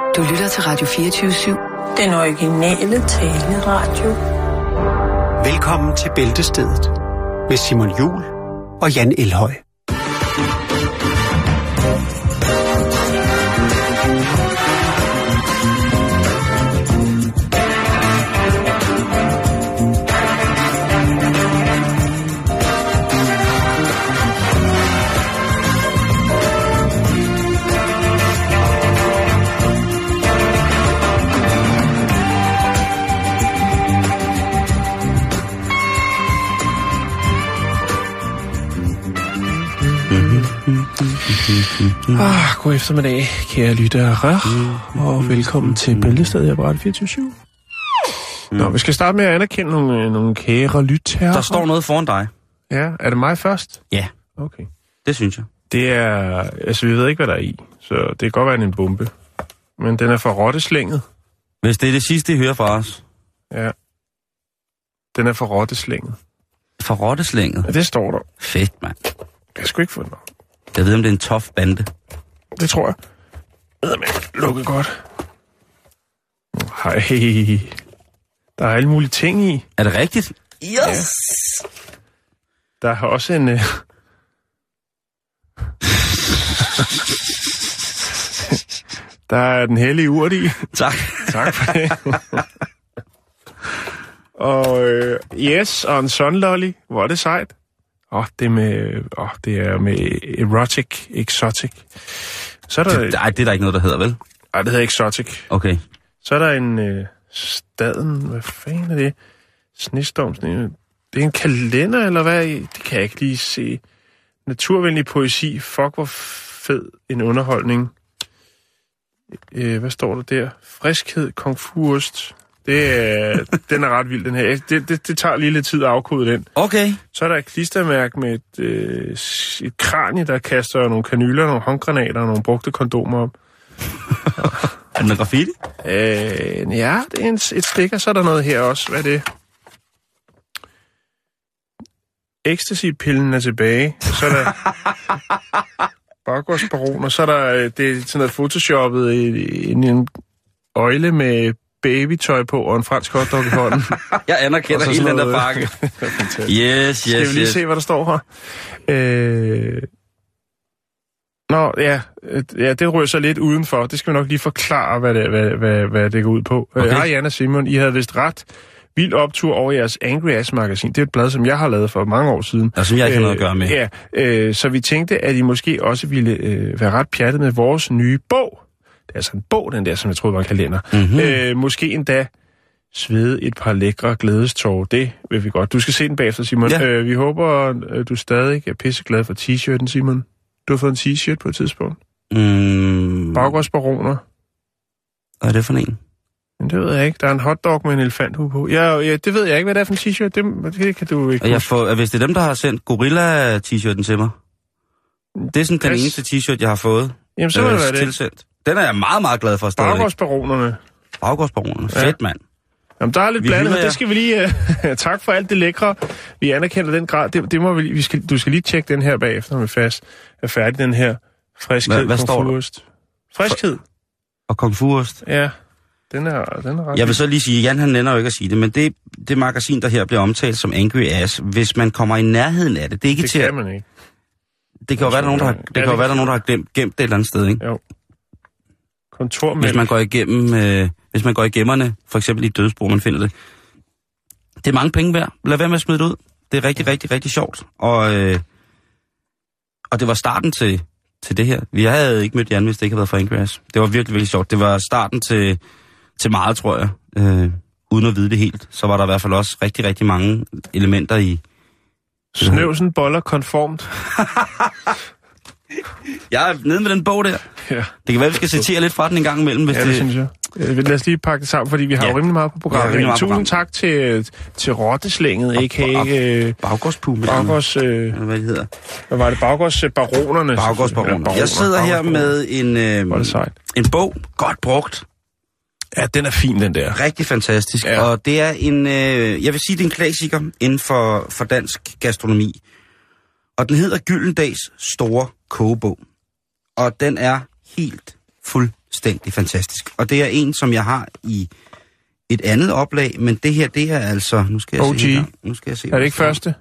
Du lytter til Radio 24/7. Den originale taleradio. Velkommen til Bæltestedet med Simon Juhl og Jan Elhøj. God eftermiddag, kære lyttere, og velkommen til Bæltestedet her på Radio 24/7. Nå, vi skal starte med at anerkende nogle kære lyttere. Der står noget foran dig. Ja, er det mig først? Ja. Okay. Det synes jeg. Det er, altså vi ved ikke, hvad der er i, så det kan godt være en bombe. Men den er fra rotteslænget. Hvis det er det sidste, I hører fra os. Ja. Den er fra rotteslænget. Fra rotteslænget? Ja, det står der. Fedt, mand. Jeg skulle ikke få den. Jeg ved, om det er en tof bande. Det tror jeg. Men lukket godt. Hej. Der er alle mulige ting i. Er det rigtigt? Yes! Ja. Der er også en... Der er den hellige urt i. Tak. Tak for det. Og yes, og en sunlolly. Hvor er det sejt. Det er med erotic, exotic. Så er der... det er der ikke noget, der hedder, vel? Nej, det hedder exotic. Okay. Så er der en staden, hvad fanden er det? Snestorm, det er en kalender, eller hvad? Det kan jeg ikke lige se. Naturvenlig poesi. Fuck, hvor fed en underholdning. Hvad står der der? Friskhed, kung fu-ost. Den er ret vild, den her. Det tager lige lidt tid at afkode den. Okay. Så er der et klistermærke med et kranie, der kaster nogle kanyler, nogle håndgranater og nogle brugte kondomer op. Er den graffiti? Ja, det er et stikker. Så er der noget her også. Hvad er det? Ecstasy-pillen er tilbage. Så er der baggårdsbaron, og så er der det er sådan noget photoshoppet en øjle med babytøj på og en fransk hotdog i hånden. Jeg anerkender hele den der bakke. Yes. Skal vi lige se, hvad der står her? Det rører sig lidt udenfor. Det skal vi nok lige forklare, hvad det går ud på. Okay. Hej, Jan og Simon. I havde vist ret vild optur over jeres Angry Ass-magasin. Det er et blad, som jeg har lavet for mange år siden. Og som jeg ikke har noget at gøre med. Ja, så vi tænkte, at I måske også ville være ret pjattet med vores nye bog. Det er altså en bog, den der, som jeg troede var en kalender. Mm-hmm. Måske endda svede et par lækre glædestår. Det vil vi godt. Du skal se den bagefter, Simon. Ja. Vi håber, du stadig er pisseglad for t-shirten, Simon. Du har fået en t-shirt på et tidspunkt. Baggårdsbaroner. Hvad er det for en? Men det ved jeg ikke. Der er en hotdog med en elefanthue på. Ja, det ved jeg ikke, hvad det er for en t-shirt. Det kan du ikke huske. Hvis det er dem, der har sendt Gorilla-t-shirten til mig. Det er sådan den eneste t-shirt, jeg har fået. Jamen, så må det være det. Tilsendt. Den er jeg meget, meget glad for stadig. Baggårdsbaronerne. Ja. Fedt, mand. Jamen, der er lidt blandet, men det skal vi lige... tak for alt det lækre. Vi anerkender den grad. Det må vi du skal lige tjekke den her bagefter, når vi er færdig, den her friskhed. Hvad står der? Friskhed. Og kung fu-ost? Ja, den er ret. Jeg vil så lige sige, Jan han nænder jo ikke at sige det, men det magasin, der her bliver omtalt som Angry Ass, hvis man kommer i nærheden af det, det er ikke det til... Det kan man ikke. Det kan jo være, der er nogen, der har gemt det et eller andet sted, ikke? Jo. Kontormælk. Hvis man går i gemmerne, for eksempel i dødsbo, man finder det. Det er mange penge værd. Lad være med at smide det ud. Det er rigtig, rigtig, rigtig sjovt. Og det var starten til det her. Vi havde ikke mødt Jan, hvis det ikke havde været for Angry Ass. Det var virkelig, virkelig sjovt. Det var starten til meget, tror jeg. Uden at vide det helt. Så var der i hvert fald også rigtig, rigtig mange elementer i... Snøvsen boller konformt. Jeg er nede med den bog der. Ja. Det kan være, vi skal citere lidt fra den en gang imellem. Hvis det synes jeg. Lad os lige pakke det sammen, fordi vi har jo rimelig meget på programmet. Ja, tusind tak til rotteslænget, a.k.a. Baggårdspumen. Hvad det hedder? Hvad var det? Baggårdsbaronerne. Baggårdsbaronerne. Jeg sidder her med en bog, godt brugt. Ja, den er fin, den der. Rigtig fantastisk. Ja. Og det er jeg vil sige, det er en klassiker inden for dansk gastronomi. Og den hedder Gyldendags store kogebog. Og den er helt fuldstændig fantastisk. Og det er en, som jeg har i et andet oplag, men det her, det er altså... Nu skal jeg OG. se. Nu skal jeg se. Er det ikke første?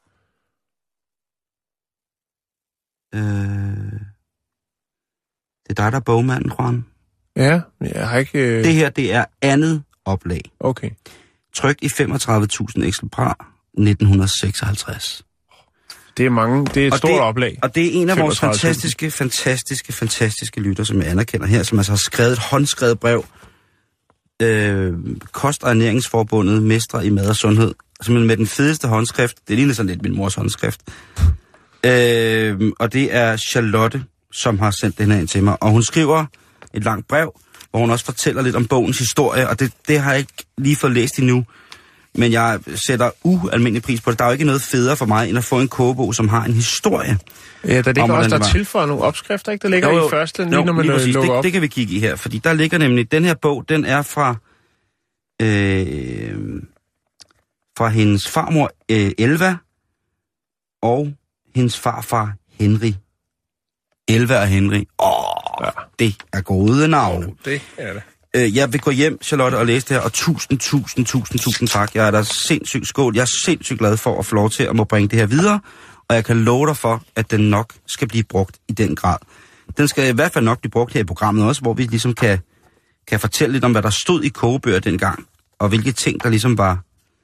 Det er dig, der er bogmanden, Juan. Ja, jeg har ikke... Det her, det er andet oplag. Okay. Trykt i 35.000 eksemplarer 1956. Det er mange. Det er et stort oplag. Og det er en af vores 35.000. fantastiske lytter, som jeg anerkender her, som altså har skrevet et håndskrevet brev. Kost- og Ernæringsforbundet, mestre i mad og sundhed. Simpelthen med den fedeste håndskrift. Det ligner sådan lidt min mors håndskrift. Og det er Charlotte, som har sendt den her ind til mig. Og hun skriver et langt brev, hvor hun også fortæller lidt om bogens historie. Og det har jeg ikke lige fået læst endnu. Men jeg sætter ualmindelig pris på det. Der er jo ikke noget federe for mig, end at få en kogebog, som har en historie. Ja, der ligger også, der tilføjer nogle opskrifter, ikke? Der ligger jo, i første, lige når man lukker op. Det kan vi kigge i her, fordi der ligger nemlig, den her bog, den er fra hendes farmor Elva og hendes farfar Henry. Elva og Henry. Ja. Det er gode navne. Det er det. Jeg vil gå hjem, Charlotte, og læse det her, og tusind tak. Jeg er da sindssygt skål. Jeg er sindssygt glad for at få lov til at må bringe det her videre, og jeg kan love dig for, at den nok skal blive brugt i den grad. Den skal i hvert fald nok blive brugt her i programmet også, hvor vi ligesom kan fortælle lidt om, hvad der stod i kogebøger dengang, og hvilke ting, der ligesom var...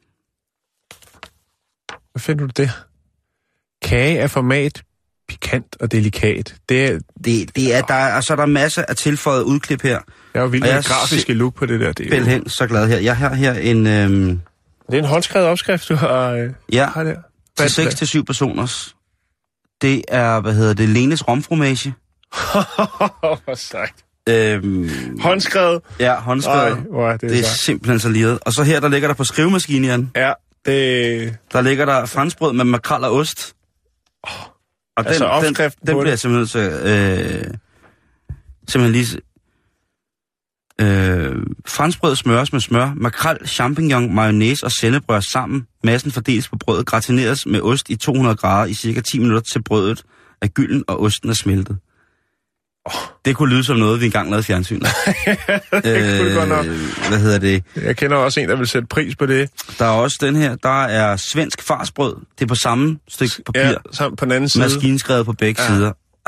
Hvad finder du det? Kage er format, pikant og delikat. Det er der er masser af tilføjet udklip her. Jeg er jo vildt med grafiske look på det der. Det er simpelthen så glad her. Jeg har her en... Det er en håndskrevet opskrift, du har, har der. Til 6-7 personers. Det er, Lenes romfromage. Hvor sagt. Håndskrevet? Ja, håndskrevet. Det er simpelthen så liret. Og så her, der ligger der på skrivemaskinen, Jan. Ja, det... Der ligger der franskbrød med makrel og ost. Og altså opskriften den bliver simpelthen lige... franskbrød smøres med smør, makrel, champignon, mayonnaise og sennebrød sammen. Massen fordeles på brødet, gratineres med ost i 200 grader i cirka 10 minutter til brødet er gylden og osten er smeltet. Det kunne lyde som noget, vi engang lavede fjernsyn. Det kunne godt nok. Hvad hedder det? Jeg kender også en, der vil sætte pris på det. Der er også den her, der er svensk farsbrød. Det er på samme stykke papir. Ja, sammen på den anden side. Maskinskrevet på begge sider.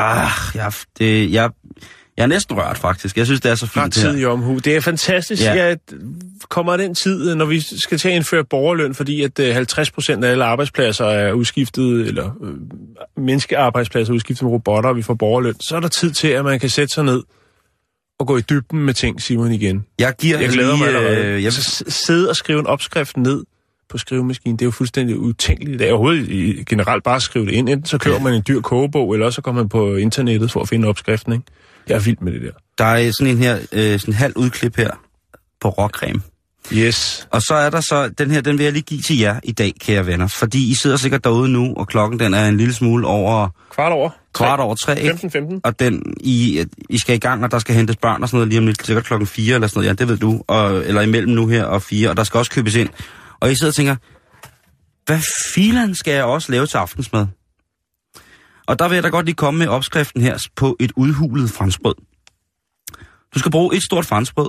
Jeg er næsten rørt, faktisk. Jeg synes, det er så fint her. Tid i omhu. Det er fantastisk. Ja. Jeg kommer den tid, når vi skal til at indføre borgerløn, fordi at 50% af alle arbejdspladser er udskiftet, eller menneskearbejdspladser er udskiftet med robotter, og vi får borgerløn, så er der tid til, at man kan sætte sig ned og gå i dybden med ting, Simon, igen. Jeg glæder mig allerede. Jeg skal sidde og skrive en opskrift ned på skrivemaskinen. Det er jo fuldstændig utænkeligt. Det er overhovedet generelt bare at skrive det ind. Enten så køber man en dyr kogebog, eller så går man på internettet for at finde opskriften, ikke? Jeg er vild med det der. Der er sådan en her, sådan en halv udklip her på råcreme. Yes. Og så er der så, den her, den vil jeg lige give til jer i dag, kære venner. Fordi I sidder sikkert derude nu, og klokken den er en lille smule over... Kvart over 3. 15. Og I skal i gang, og der skal hentes børn og sådan noget lige om lidt, sikkert klokken 4 eller sådan noget, ja, det ved du. Eller imellem nu her og 4, og der skal også købes ind. Og I sidder og tænker, hvad filen skal jeg også lave til aftensmad? Og der vil jeg da godt lige komme med opskriften her på et udhulet franskbrød. Du skal bruge et stort franskbrød,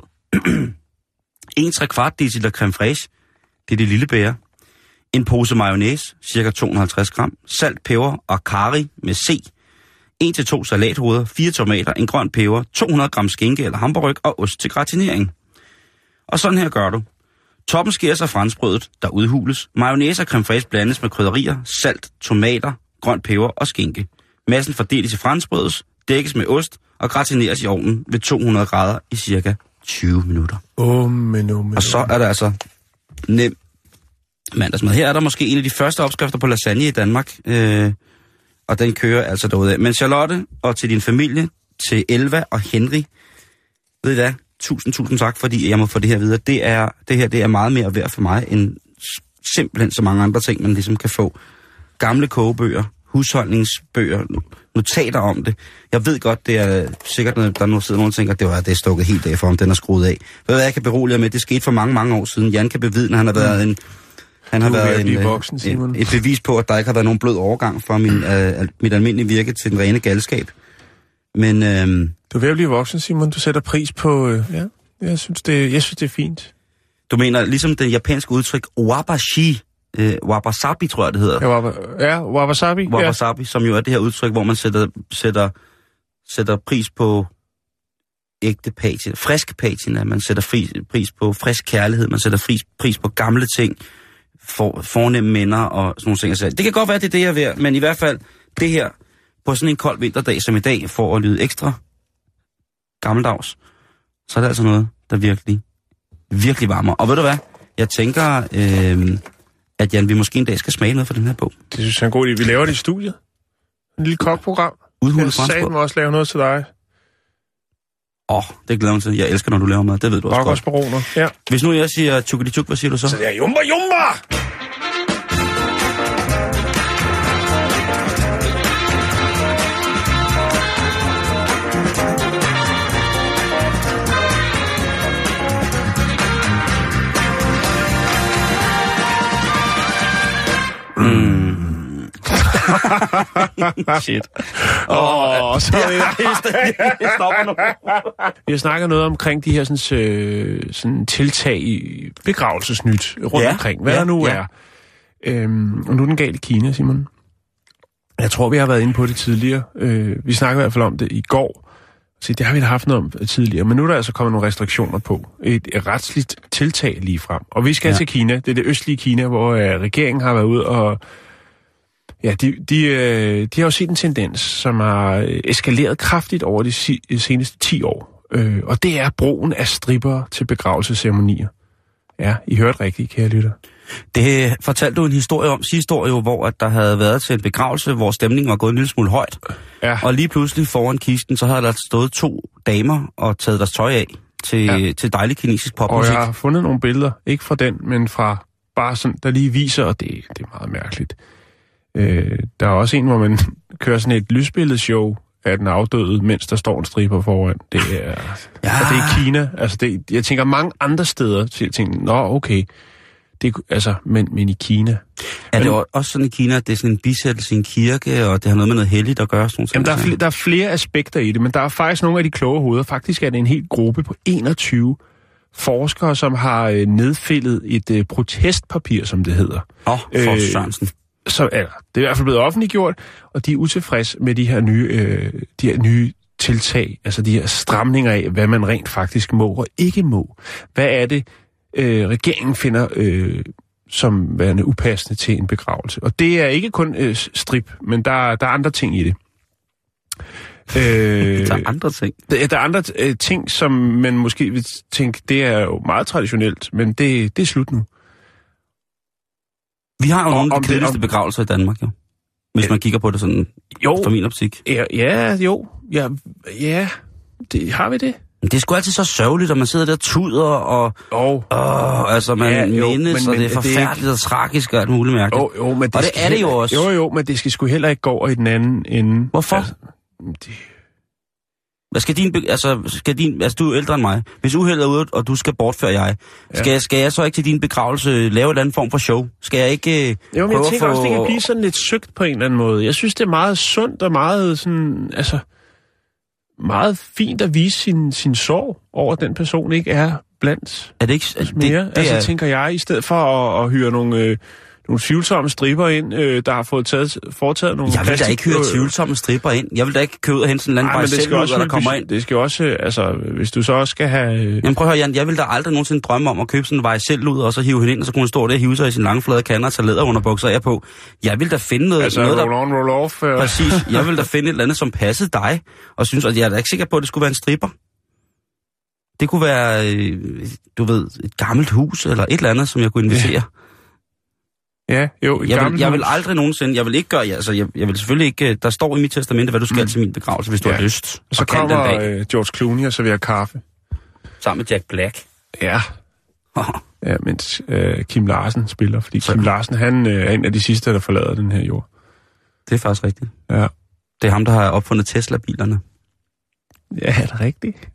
1/3 deciliter creme fraiche, det er det lille bære, en pose mayonnaise, cirka 250 gram, salt, peber og curry med C, 1-2 salathoveder, 4 tomater, en grøn peber, 200 gram skinke eller hamburgerryg og ost til gratinering. Og sådan her gør du. Toppen skæres af franskbrødet, der udhules. Mayonnaise og creme fraiche blandes med krydderier, salt, tomater, grønt peber og skinke. Massen fordeles i franskbrødet, dækkes med ost og gratineres i ovnen ved 200 grader i cirka 20 minutter. Og så er der altså nem mandagsmad. Her er der måske en af de første opskrifter på lasagne i Danmark, og den kører altså derudad. Men Charlotte, og til din familie, til Elva og Henry, ved I hvad? Tusind tak, fordi jeg må få det her videre. Det er meget mere værd for mig, end simpelthen så mange andre ting, man ligesom kan få. Gamle kogebøger, husholdningsbøger, notater om det. Jeg ved godt, det er sikkert, når der nu sidder nogen og tænker, det er stukket helt af for, om den er skruet af. Hvad jeg kan berolige med, det skete for mange år siden. Jan kan bevidne, han har været et bevis på, at der ikke har været nogen blød overgang fra mit almindelige virke til den rene galskab. Men Du er ved at blive voksen, Simon. Du sætter pris på... Ja, jeg synes, det er fint. du mener, ligesom det japanske udtryk wabashi, wabasabi, tror jeg, det hedder. Wabasabi. Wabasabi, som jo er det her udtryk, hvor man sætter pris på ægte patina, frisk patina, man sætter pris på frisk kærlighed, man sætter pris på gamle ting, fornemme minder og sådan nogle ting. Det kan godt være, det er det, jeg er ved, men i hvert fald det her, på sådan en kold vinterdag som i dag, for at lyde ekstra gammeldags, så er det altså noget, der virkelig varmer. Og ved du hvad? Jeg tænker, at Jan, vi måske en dag skal smage noget for den her bog. Det synes jeg er en god idé. Vi laver det i studiet. En lille kokprogram. Udhulet Jeg franskbrød. må også lave noget til dig. Det glæder mig til. Jeg elsker, når du laver mad. Det ved du også godt. Rokosbaroner. Ja. Hvis nu jeg siger tjukkeli-tjuk, hvad siger du så? Så det er jumba jumba! Shit. Så Jeg stopper nu. vi har snakket noget omkring de her sådan tiltag i begravelsesnyt rundt omkring. Hvad der nu er. Og nu er den galt i Kina, Simon. Jeg tror, vi har været inde på det tidligere. Vi snakkede i hvert fald om det i går. Så det har vi da haft noget om tidligere. Men nu er der altså kommet nogle restriktioner på. Et retsligt tiltag lige frem. Og vi skal til Kina. Det er det østlige Kina, hvor regeringen har været ude og... Ja, de har jo set en tendens, som har eskaleret kraftigt over de seneste 10 år. Og det er brugen af strippere til begravelsesceremonier. Ja, I hørte rigtigt, kære lytter. Det fortalte du en historie om sidste år jo, hvor at der havde været til en begravelse, hvor stemningen var gået en lille smule højt. Ja. Og lige pludselig foran kisten, så havde der stået 2 damer og taget deres tøj af til dejlig kinesisk popmusik. Og jeg har fundet nogle billeder, ikke fra den, men fra bare sådan, der lige viser, og det er meget mærkeligt. Der er også en, hvor man kører sådan et lysbilledshow af den afdøde, mens der står en stripper foran. Det er, og det er Kina. Altså jeg tænker mange andre steder, så jeg tænker, okay, men i Kina. Er det også sådan i Kina, at det er sådan en bisættelse i en kirke, og det har noget med noget helligt at gøre? Sådan jamen, der er flere aspekter i det, men der er faktisk nogle af de kloge hoveder. Faktisk er det en hel gruppe på 21 forskere, som har nedfældet et protestpapir, som det hedder. For Sørensen. Det er i hvert fald blevet offentliggjort, og de er utilfredse med de her nye tiltag, altså de her stramninger af, hvad man rent faktisk må og ikke må. Hvad er det, regeringen finder som værende upassende til en begravelse? Og det er ikke kun strip, men der er andre ting i det. Der er andre ting? Der er andre ting, som man måske vil tænke, det er jo meget traditionelt, men det er slut nu. Vi har jo nogle af de kedeligste begravelser i Danmark, jo. Hvis man kigger på det sådan, fra min optik. Ja, det har vi det. Men det er sgu altid så sørgeligt, at man sidder der og tuder, og man mindes, og det er forfærdeligt og tragisk og alt muligt mærkeligt. Men det og det er det jo også. Jo, men det skal sgu heller ikke gå over i den anden ende. Hvorfor? Hvad skal du er ældre end mig. Hvis uheldet er ude, og du skal bortføre jeg, skal jeg så ikke til din begravelse lave en anden form for show? Skal jeg ikke men jeg tænker også, det kan blive sådan lidt søgt på en eller anden måde. Jeg synes, det er meget sundt og meget sådan, meget fint at vise sin sorg over, at den person ikke er blandt er det ikke, mere. Tænker jeg, i stedet for at hyre nogle tvivlsomme stripper ind, der har foretaget nogle... Jeg vil da ikke hyre tvivlsomme stripper ind. Jeg vil da ikke købe ud og hente sådan en eller anden bare der kommer ind. Det skal også, hvis du så også skal have... Jamen prøv at høre, Jan, jeg vil da aldrig nogensinde drømme om at købe sådan en vej selv ud, og så hive hende ind, og så kunne hun stå der og hive sig i sin lange flade kander og tage læderunderbukser af på. Jeg vil da finde noget... roll on, roll off. Præcis. Jeg vil da finde et eller andet, som passede dig, og synes, at jeg er da ikke sikker på, at det skulle være en stripper. Det kunne være, et gammelt hus, eller et eller andet, som jeg kunne invitere. Ja, jo, jeg vil aldrig nogensinde, jeg vil ikke gøre, jeg vil selvfølgelig ikke, der står i mit testamente, hvad du skal til min begravelse, hvis du har lyst. Så kommer George Clooney og serverer kaffe. Sammen med Jack Black. Ja. Ja, mens Kim Larsen spiller, fordi Kim Larsen, han er en af de sidste, der forlader den her jord. Det er faktisk rigtigt. Ja. Det er ham, der har opfundet Tesla-bilerne. Ja, er det rigtigt?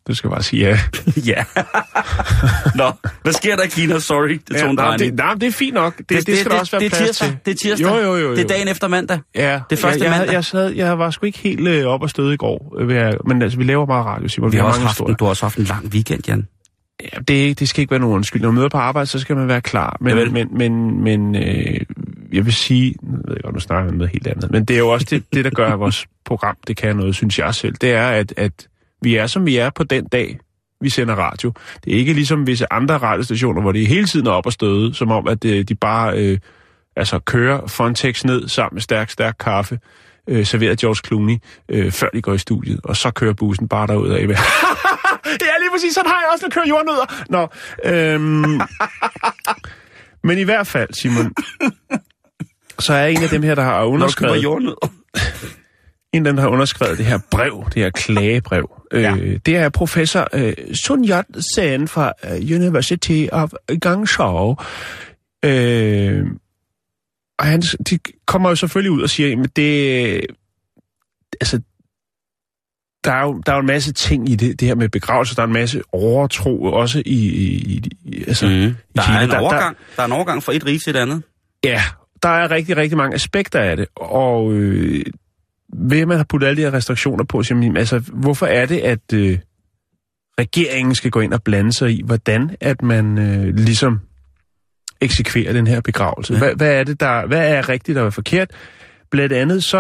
Du skal bare sige ja. Ja. Nå, hvad sker der, Kina? Sorry, det tog en drejning. Nej, det er fint nok. Det skal der også være plads til. Det er tirsdag. Jo. Det er dagen efter mandag. Ja. Det første mandag. Jeg var sgu ikke helt op og støde i går. Men altså, vi laver meget radio, Simon. Du har også haft en lang weekend, Jan. Ja, det skal ikke være nogen undskyld. Når man møder på arbejde, så skal man være klar. Men jeg vil sige, nu ved jeg godt, nu snakker jeg noget helt andet, men det er jo også det der gør vores program, det kan noget, synes jeg selv. Det er, at vi er, som vi er på den dag, vi sender radio. Det er ikke ligesom visse andre radiostationer, hvor de hele tiden er op og støde, som om, at de bare kører Fontex ned sammen med stærk kaffe, serveret George Clooney, før de går i studiet, og så kører bussen bare derud af. Det er lige præcis, sådan har jeg også, når jeg kører jordnødder. Men i hvert fald, Simon, så er en af dem her, der har underskrevet... En af dem, der har underskrevet det her brev, det her klagebrev. Ja. Det er professor Sun Yat-sen fra University of Guangzhou. Og de kommer jo selvfølgelig ud og siger, at det... Altså, der er jo en masse ting i det her med begravelse. Der er en masse overtro også i Kina. Der er en overgang fra et rige til et andet. Ja, der er rigtig, rigtig mange aspekter af det. Og ved man har puttet alle de her restriktioner på, altså, hvorfor er det, at regeringen skal gå ind og blande sig i, hvordan at man ligesom eksekverer den her begravelse? Ja. Hvad er rigtigt og forkert? Blandt andet så...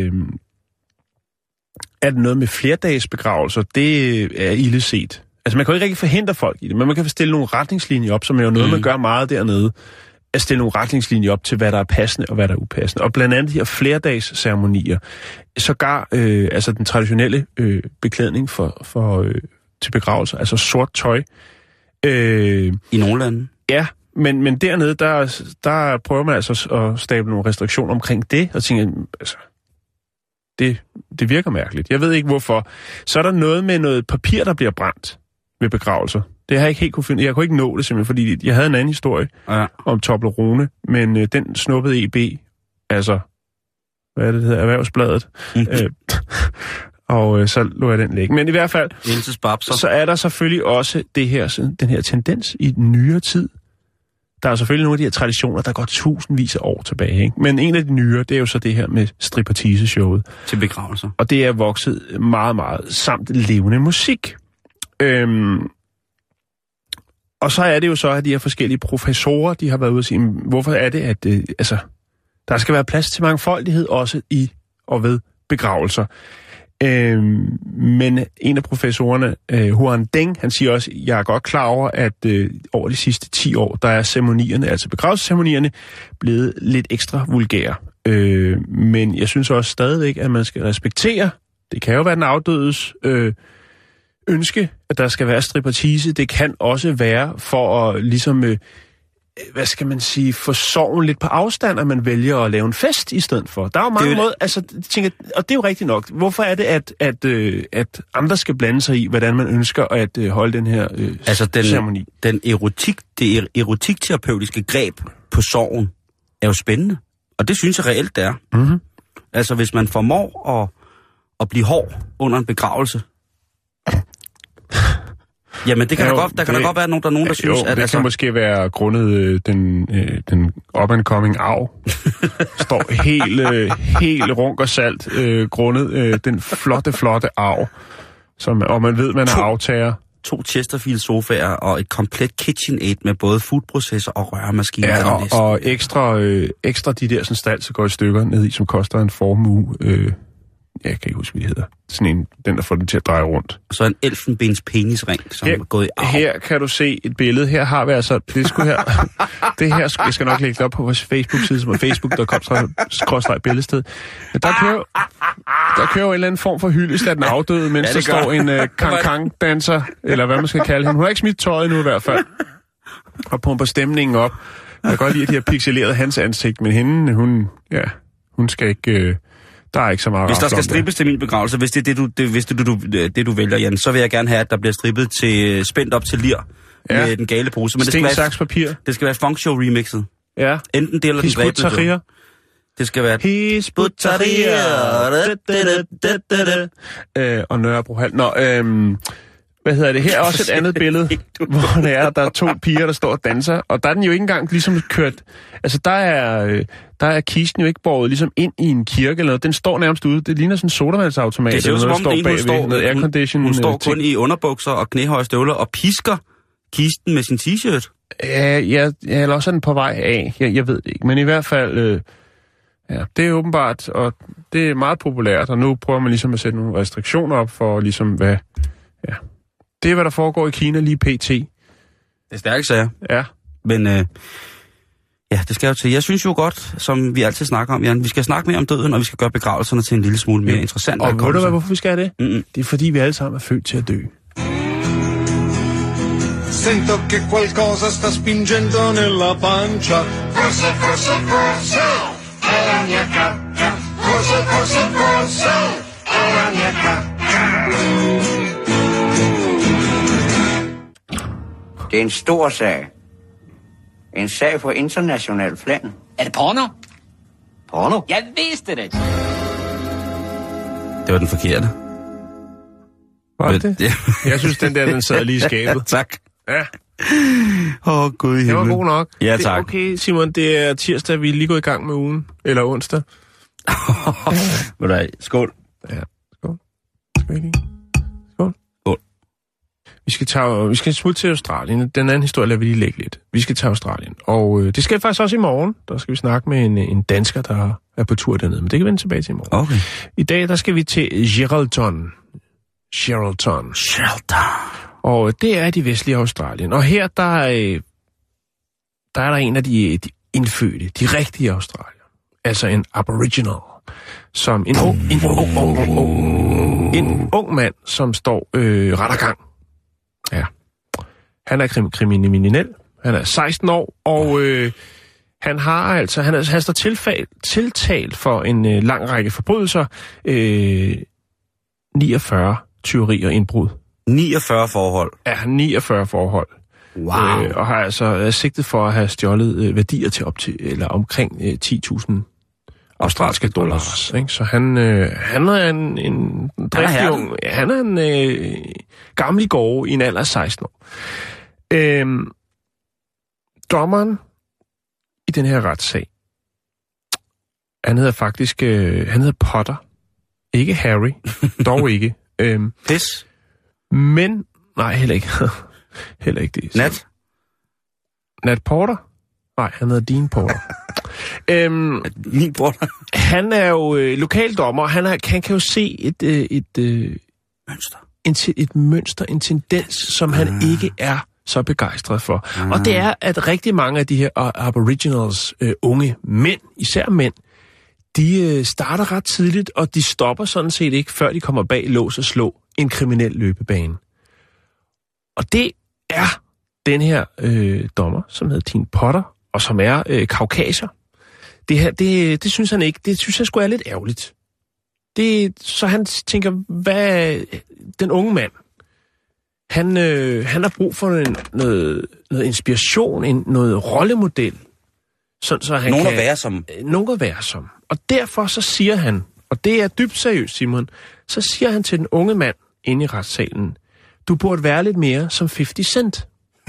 er det noget med flerdages begravelser, det er illeset. Altså, man kan jo ikke rigtig forhindre folk i det, men man kan stille nogle retningslinjer op, som er jo noget, man gør meget dernede. At stille nogle retningslinjer op til, hvad der er passende og hvad der er upassende. Og blandt andet de her flerdages ceremonier. Sågar altså den traditionelle beklædning til begravelser, altså sort tøj. I nogle lande? Ja, men dernede, der prøver man altså at stable nogle restriktioner omkring det, og tænker, altså... Det virker mærkeligt. Jeg ved ikke hvorfor. Så er der noget med noget papir, der bliver brændt ved begravelser. Det har jeg ikke helt kunne finde. Jeg kunne ikke nå det simpelthen, fordi jeg havde en anden historie om Toblerone, men den snuppede EB, altså, hvad er det hedder, Erhvervsbladet. Og så lå jeg den ligge. Men i hvert fald, så er der selvfølgelig også den her tendens i den nyere tid. Der er selvfølgelig nogle af de her traditioner, der går tusindvis af år tilbage. Ikke? Men en af de nyere, det er jo så det her med striptease-showet. Til begravelser. Og det er vokset meget, meget samt levende musik. Og så er det jo så, at de her forskellige professorer, de har været ude og sige, hvorfor er det, at der skal være plads til mangfoldighed også i og ved begravelser. Men en af professorerne, Huan Deng, han siger også, jeg er godt klar over, at over de sidste 10 år, der er ceremonierne, altså begravelsesceremonierne, blevet lidt ekstra vulgære. Men jeg synes også stadigvæk, at man skal respektere, det kan jo være den afdødes ønske, at der skal være striptease. Det kan også være for at ligesom... hvad skal man sige, få sorgen lidt på afstand, at man vælger at lave en fest i stedet for. Der er jo mange måder, altså, tænker, og det er jo rigtigt nok. Hvorfor er det, at andre skal blande sig i, hvordan man ønsker at holde den her ceremoni? Det erotikterapeutiske greb på sorgen er jo spændende, og det synes jeg reelt, det er. Mm-hmm. Altså, hvis man formår at blive hård under en begravelse, jamen, det kan der kan godt være nogen, der synes, at... det kan måske være grundet den up-and-coming arv. Står helt runk og salt grundet den flotte arv. Og man ved, man er aftager. 2 Chesterfield-sofaer og et komplet KitchenAid med både foodprocessor og røremaskiner. Ja, og ekstra de der sådan stald, så går i stykker ned i, som koster en formue... jeg kan ikke huske, hvad det hedder. Sådan den, der får den til at dreje rundt. Og så en elfenbens penisring, som er gået i arv. Her kan du se et billede. Her har vi altså... Det her, jeg skal nok lægge det op på vores Facebook-side, som er facebook.com/billedsted. Der kører jo en eller anden form for hyldest af den afdøde, mens der står en kang-kang-danser, eller hvad man skal kalde hende. Hun har ikke smidt tøjet nu i hvert fald. Og pumper stemningen op. Jeg kan godt lide, at de har pixeleret hans ansigt, men hende, hun skal ikke... Der er ikke så meget. Hvis der skal strippes til min begravelse, hvis det er det du vælger, Jan, så vil jeg gerne have, at der bliver strippet til spændt op til lir med den gale pose. Men Sten, saks, papir. Det skal være Funk Show remixet. Ja. Enten det eller den dræbende. Det skal være Hisbut-Tahrir. Og Nørrebro Hal. Her er også et andet billede, hvor der er 2 piger, der står og danser, og der er den jo ikke engang ligesom kørt... Altså, der er kisten jo ikke båret ligesom ind i en kirke eller noget. Den står nærmest ude. Det ligner sådan en sodavandsautomat. Det ser ud som om, hun står kun i underbukser og knæhøje støvler og pisker kisten med sin t-shirt. Ja, eller også er den på vej af. Jeg ved det ikke. Men i hvert fald... det er åbenbart, og det er meget populært, og nu prøver man ligesom at sætte nogle restriktioner op for ligesom hvad... Ja. Det er, hvad der foregår i Kina lige pt. Det er stærke sager. Ja. Men det skal jo til. Jeg synes jo godt, som vi altid snakker om, Jan, vi skal snakke mere om døden, og vi skal gøre begravelserne til en lille smule mere interessant. Og ved du hvad, hvorfor vi skal det? Det er fordi, vi alle sammen er født til at dø. Sento che qualcosa sta spingendo nella pancia. Forse, forse, forse, è la mia cacca. Forse, forse, forse, è la mia cacca. Det er en stor sag. En sag for international plan. Er det porno? Porno? Jeg vidste det. Det var den forkerte. Var det? Ja. Jeg synes, den sad lige i skabet. Ja, tak. Ja. Gud i himlen. Det var god nok. Ja, tak. Okay, Simon, det er tirsdag, vi er lige gået i gang med ugen. Eller onsdag. Skål. Ja, skål. Skål. Vi skal smutte til Australien. Den anden historie lader vi lige lægge lidt. Vi skal til Australien. Og det skal faktisk også i morgen. Der skal vi snakke med en dansker, der er på tur dernede. Men det kan vi vende tilbage til i morgen. Okay. I dag, der skal vi til Geraldton. Og det er de vestlige Australien. Og her, der er der en af de indfødte, de rigtige australier. Altså en aboriginal. Som en ung mand, som står ret ad gang. Ja. Han er kriminel. Han er 16 år, og han står tiltalt for en lang række forbrydelser. 49 tyveri og indbrud. 49 forhold? Ja, 49 forhold. Wow. Og har altså sigtet for at have stjålet værdier til op til, eller omkring 10.000 australske dollars. Ikke? Så han er en driftig ung. Han er en gammel gårde i en alder af 16 år. Dommeren i den her retssag, han hedder Potter. Ikke Harry. Dog ikke. Pis? Men, nej, heller ikke. Heller ikke det. Nat Porter? Nej, han hedder Dean Porter. Dean Porter? Han er jo lokaldommer, han kan jo se et mønster, en tendens, som han ikke er så begejstret for. Og det er, at rigtig mange af de her aboriginals unge mænd, især mænd, de starter ret tidligt, og de stopper sådan set ikke, før de kommer bag lås og slå en kriminel løbebane. Og det er den her dommer, som hedder Dean Potter, og som er kaukasier. Det her, det synes han ikke. Det synes jeg sgu er lidt ærgerligt. Så han tænker, hvad den unge mand, han har brug for noget inspiration, noget rollemodel. Så han nogen at være som. Nogen at være som. Og derfor så siger han, og det er dybt seriøst, Simon, så siger han til den unge mand inde i retssalen, du burde være lidt mere som 50 Cent.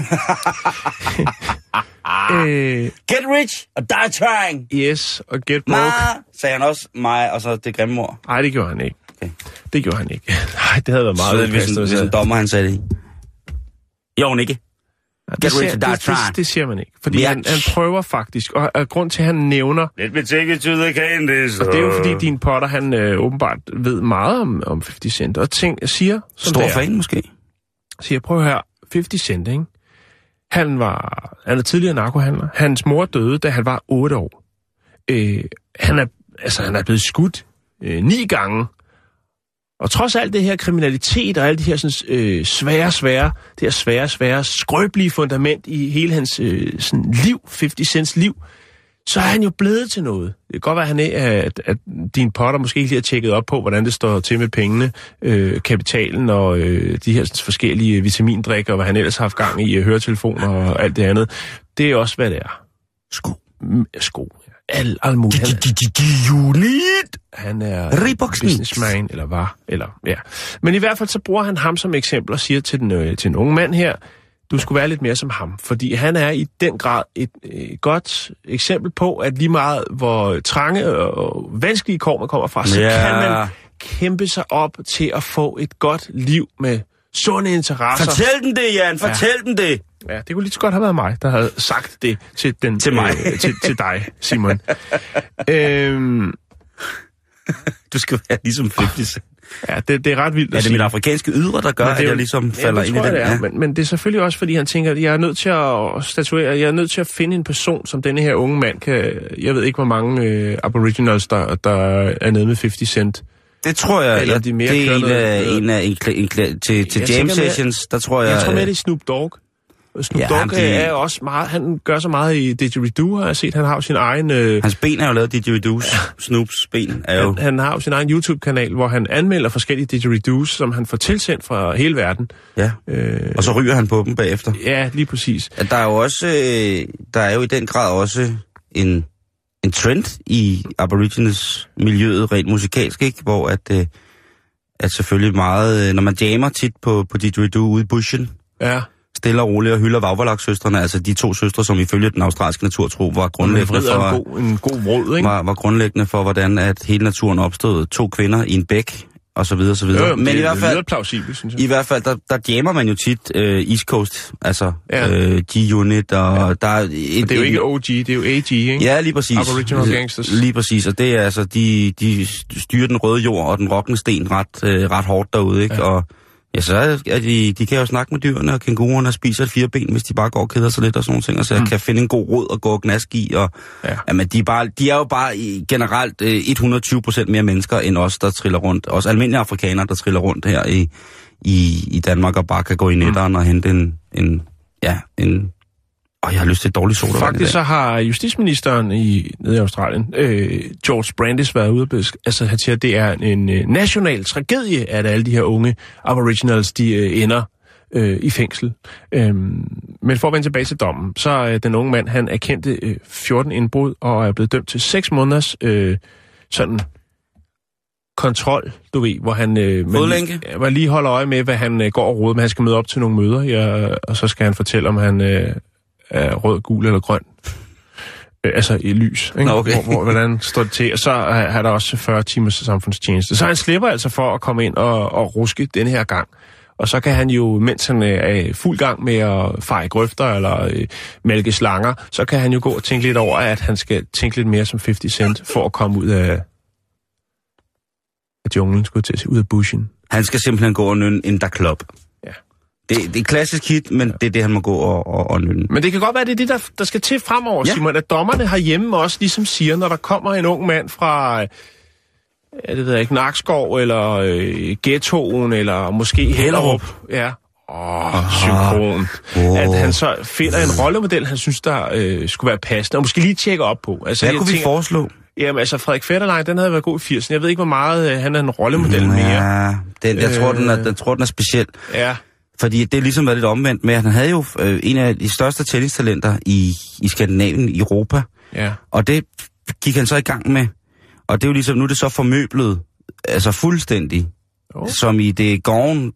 Get rich or die trying. Yes, og get broke. Sagde han også mig, og så det grimme ord. Nej, det gjorde han ikke. Okay. Det gjorde han ikke. Nej, det havde været meget upassende. Hvis en dommer, han sagde det. Jo, ikke. Get rich or die trying. Det siger man ikke. Fordi han prøver faktisk, og grund til, at han nævner... Let me take it to the candies. Og det er jo fordi, Dean Potter, han åbenbart ved meget om 50 Cent, og siger... Stor fan måske. Siger, prøv her, 50 Cent, ikke? Han er tidligere narkohandler. Hans mor døde, da han var 8 år. Han er blevet skudt 9 gange. Og trods alt det her kriminalitet og alle de her svære, skrøbelige fundament i hele hans liv, 50 Cents liv, så er han jo blevet til noget. Det kan godt være, at Dean Potter måske ikke lige har tjekket op på, hvordan det står til med pengene, kapitalen og de her forskellige vitamindrikker, og hvad han ellers har haft gang i, høretelefoner og alt det andet. Det er også, hvad det er. Sko, alt muligt. Unit! Han er Reebok businessman, eller var, eller ja. Men i hvert fald så bruger han ham som eksempel og siger til den unge mand her, du skulle være lidt mere som ham, fordi han er i den grad et godt eksempel på, at lige meget hvor trange og vanskelige kår man kommer fra, så kan man kæmpe sig op til at få et godt liv med sunde interesser. Fortæl den det, Jan, fortæl den det. Ja, det kunne lige så godt have været mig, der havde sagt det til mig. Til dig, Simon. Du skal være ligesom 50 Cent. Ja, det er ret vildt at sige. Er det mit afrikanske ydre, der gør, at jeg ligesom falder ind i det? Ja. Men det er selvfølgelig også, fordi han tænker, at jeg er nødt til at statuere, jeg er nødt til at finde en person, som denne her unge mand kan... Jeg ved ikke, hvor mange aboriginals, der er nede med 50 Cent. Det tror jeg, eller de mere det er en af til Jam Sessions, der tror jeg... Jeg tror med, det er Snoop Dogg. Snoop Dogg er også meget... Han gør så meget i Didgeridoo, har jeg set. Han har jo sin egen... Hans ben er jo lavet Didgeridoo. Snoops ben er jo... Han har jo sin egen YouTube-kanal, hvor han anmelder forskellige Didgeridoos, som han får tilsendt fra hele verden. Ja, og så ryger han på dem bagefter. Ja, lige præcis. Der er jo også... Der er jo i den grad også en trend i Aborigines miljøet, rent musikalsk, ikke? Hvor at selvfølgelig meget... Når man jammer tit på Didgeridoo ude i bushen... Ja. Stille og roligt og hylder Vauvalak-søstrene, altså de to søstre, som ifølge den australske naturtro var grundlæggende for... En god råd, ikke? Var grundlæggende for, hvordan at hele naturen opstod. 2 kvinder i en bæk, og så videre, og så videre. Jo, men i hvert fald... plausibelt, synes jeg. I hvert fald, der jammer man jo tit East Coast, altså G-Unit, og der er... Det er jo ikke OG, det er jo AG, ikke? Ja, lige præcis. Aboriginal Gangsters. Lige præcis, og det er altså, de styrer den røde jord og den rockende sten ret hårdt derude, ikke? Ja. Og ja, så er de kan jo snakke med dyrene, og kænguruerne spiser et 4 ben, hvis de bare går og keder sig lidt og sådan nogle ting, og så kan finde en god rod og gå og gnask i, og jamen, de er jo bare generelt 120% mere mennesker end os, der triller rundt. Også almindelige afrikanere, der triller rundt her i Danmark og bare kan gå i netteren og hente en jeg har lyst til et dårligt sodavand. Faktisk så har justitsministeren nede i Australien, George Brandis, været ude og han siger, at det er en national tragedie, at alle de her unge aboriginals, de ender i fængsel. Men for at vende tilbage til dommen, så er den unge mand, han erkendte 14 indbrud og er blevet dømt til 6 måneders sådan kontrol, du ved, hvor han man lige holder øje med, hvad han går og råder med. Han skal møde op til nogle møder, og så skal han fortælle, om han er rød, gul eller grøn. Altså i lys, ikke? Okay. Hvordan står det til? Og så har der også 40 timers samfundstjeneste. Så han slipper altså for at komme ind og ruske denne her gang. Og så kan han jo, mens han er i fuld gang med at feje grøfter eller mælke slanger, så kan han jo gå og tænke lidt over, at han skal tænke lidt mere som 50 Cent for at komme ud af junglen, skulle til at se, ud af bushen. Han skal simpelthen gå og nynne in the club. Ja. Det er klassisk hit, men det er det, han må gå og nynne. Men det kan godt være, det er det, der skal til fremover, Simon, at dommerne herhjemme også ligesom siger, når der kommer en ung mand fra, det ved jeg ikke, Nakskov, eller ghettoen, eller måske Hellerup. Ja. Synkron. At han så finder en rollemodel, han synes, der skulle være passende, og måske lige tjekke op på. Altså, hvad kunne vi foreslå? Jamen, altså, Frederik Fetterlein, den havde været god i 80'erne. Jeg ved ikke, hvor meget han er en rollemodel mere. Ja, jeg tror, den er speciel. Ja. Fordi det er ligesom været lidt omvendt med, at han havde jo en af de største tennistalenter i Skandinavien, i Europa. Ja. Og det gik han så i gang med. Og det er jo ligesom, nu er det så formøblet, altså fuldstændig. Som i det gården,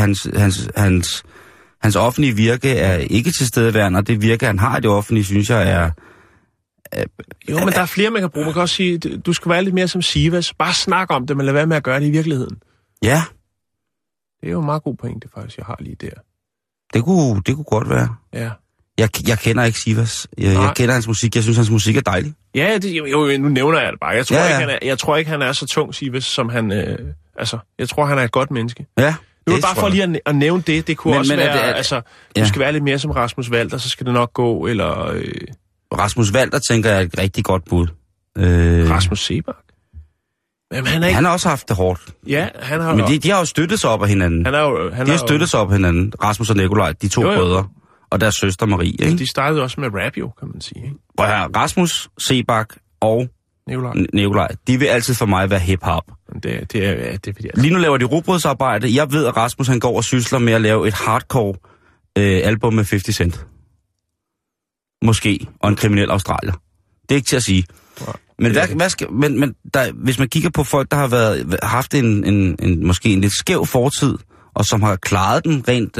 hans offentlige virke er ikke tilstedeværende, og det virke, han har i det offentlige, synes jeg er... Jo, men der er flere, man kan bruge. Man kan også sige, du skal være lidt mere som Sivas. Bare snak om det, men lad være med at gøre det i virkeligheden. Ja. Det er jo en meget god pointe, faktisk, jeg har lige der. Det kunne godt være. Ja. Jeg kender ikke Sivas. Jeg kender hans musik. Jeg synes, hans musik er dejlig. Ja, nu nævner jeg det bare. Jeg tror ikke, han er så tung, Sivas, som han... jeg tror, han er et godt menneske. Ja. Nu er bare for lige at nævne det. Det kunne også være... Du skal være lidt mere som Rasmus Walter, så skal det nok gå, eller... Rasmus Walter, tænker jeg, er et rigtig godt bud. Rasmus Sebak? Jamen, han har også haft det hårdt. Ja, han har... Men de har jo støttet sig op af hinanden. De har støttet sig op af hinanden. Rasmus og Nikolaj, de to brødre. Og deres søster Marie, ikke? De startede også med rap, jo, kan man sige, ikke? Og her, Rasmus, Sebak og Nikolaj, de vil altid for mig være hip-hop. Det vil de altid. Lige nu laver de rugbrødsarbejde. Jeg ved, at Rasmus han går og sysler med at lave et hardcore album med 50 Cent. Måske. Og en kriminel australier. Det er ikke til at sige. Men hvis man kigger på folk, der har haft en måske en lidt skæv fortid, og som har klaret den rent...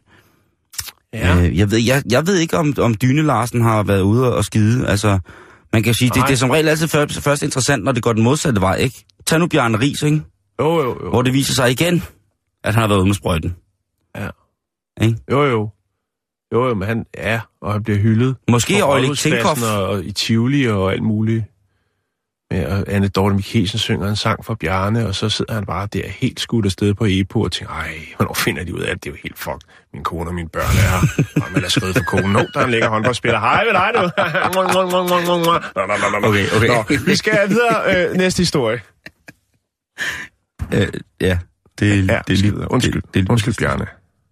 Jeg ved ikke, om Dyne Larsen har været ude og skide. Altså, man kan sige, det er som regel altid først interessant, når det går den modsatte vej, ikke? Tag nu Bjarne Riis, ikke? Jo. Hvor det viser sig igen, at han har været ude med sprøjten. Ja. Ikke? Jo, men han og han bliver hyldet. Måske Øjlik Tinkoff. Og i Tivoli og alt muligt. Og Anne Dorte Mikkelsen synger en sang for Bjarne, og så sidder han bare der helt skudt afsted på EPO og tænker, hvornår finder de ud af det? Det er jo helt fucked. Min kone og mine børn er her. Og man er skrevet for konen. Der er en lækker håndboldspiller. Hej ved dig, du. Okay. Nå, vi skal videre. Næste historie. Ja, det er lige... Undskyld, Bjarne.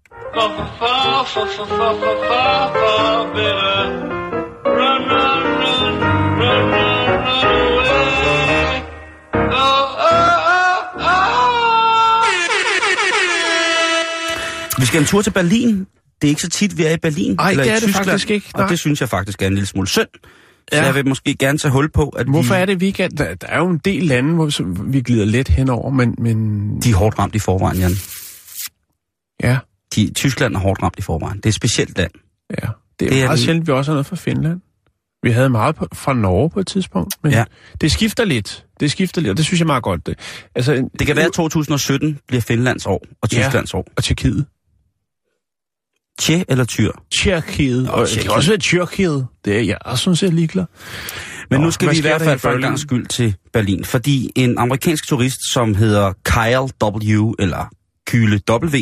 Vi skal en tur til Berlin. Det er ikke så tit, vi er i Berlin. Nej, eller det i er det Tyskland, faktisk ikke. Nej. Og det synes jeg faktisk er en lille smule synd. Så jeg vil måske gerne tage hul på, at hvorfor er det, vi kan... Der er jo en del lande, hvor vi glider let henover, men... De er hårdt ramt i forvejen, Jan. Ja. Tyskland er hårdt ramt i forvejen. Det er et specielt land. Ja, det er meget sjældent, vi også har noget fra Finland. Vi havde meget fra Norge på et tidspunkt, men det skifter lidt. Og det synes jeg er meget godt. Det kan være, at 2017 bliver Finlands år og Tysklands år. Og Tjekkiet. Tje eller Tyr? Tjekkiet. Og det kan også være Tyrkiet. Det er jeg også sådan set ligeglad. Men nu skal vi i hvert fald for en gang skyld til Berlin, fordi en amerikansk turist, som hedder Kyle W., eller Kyle W.,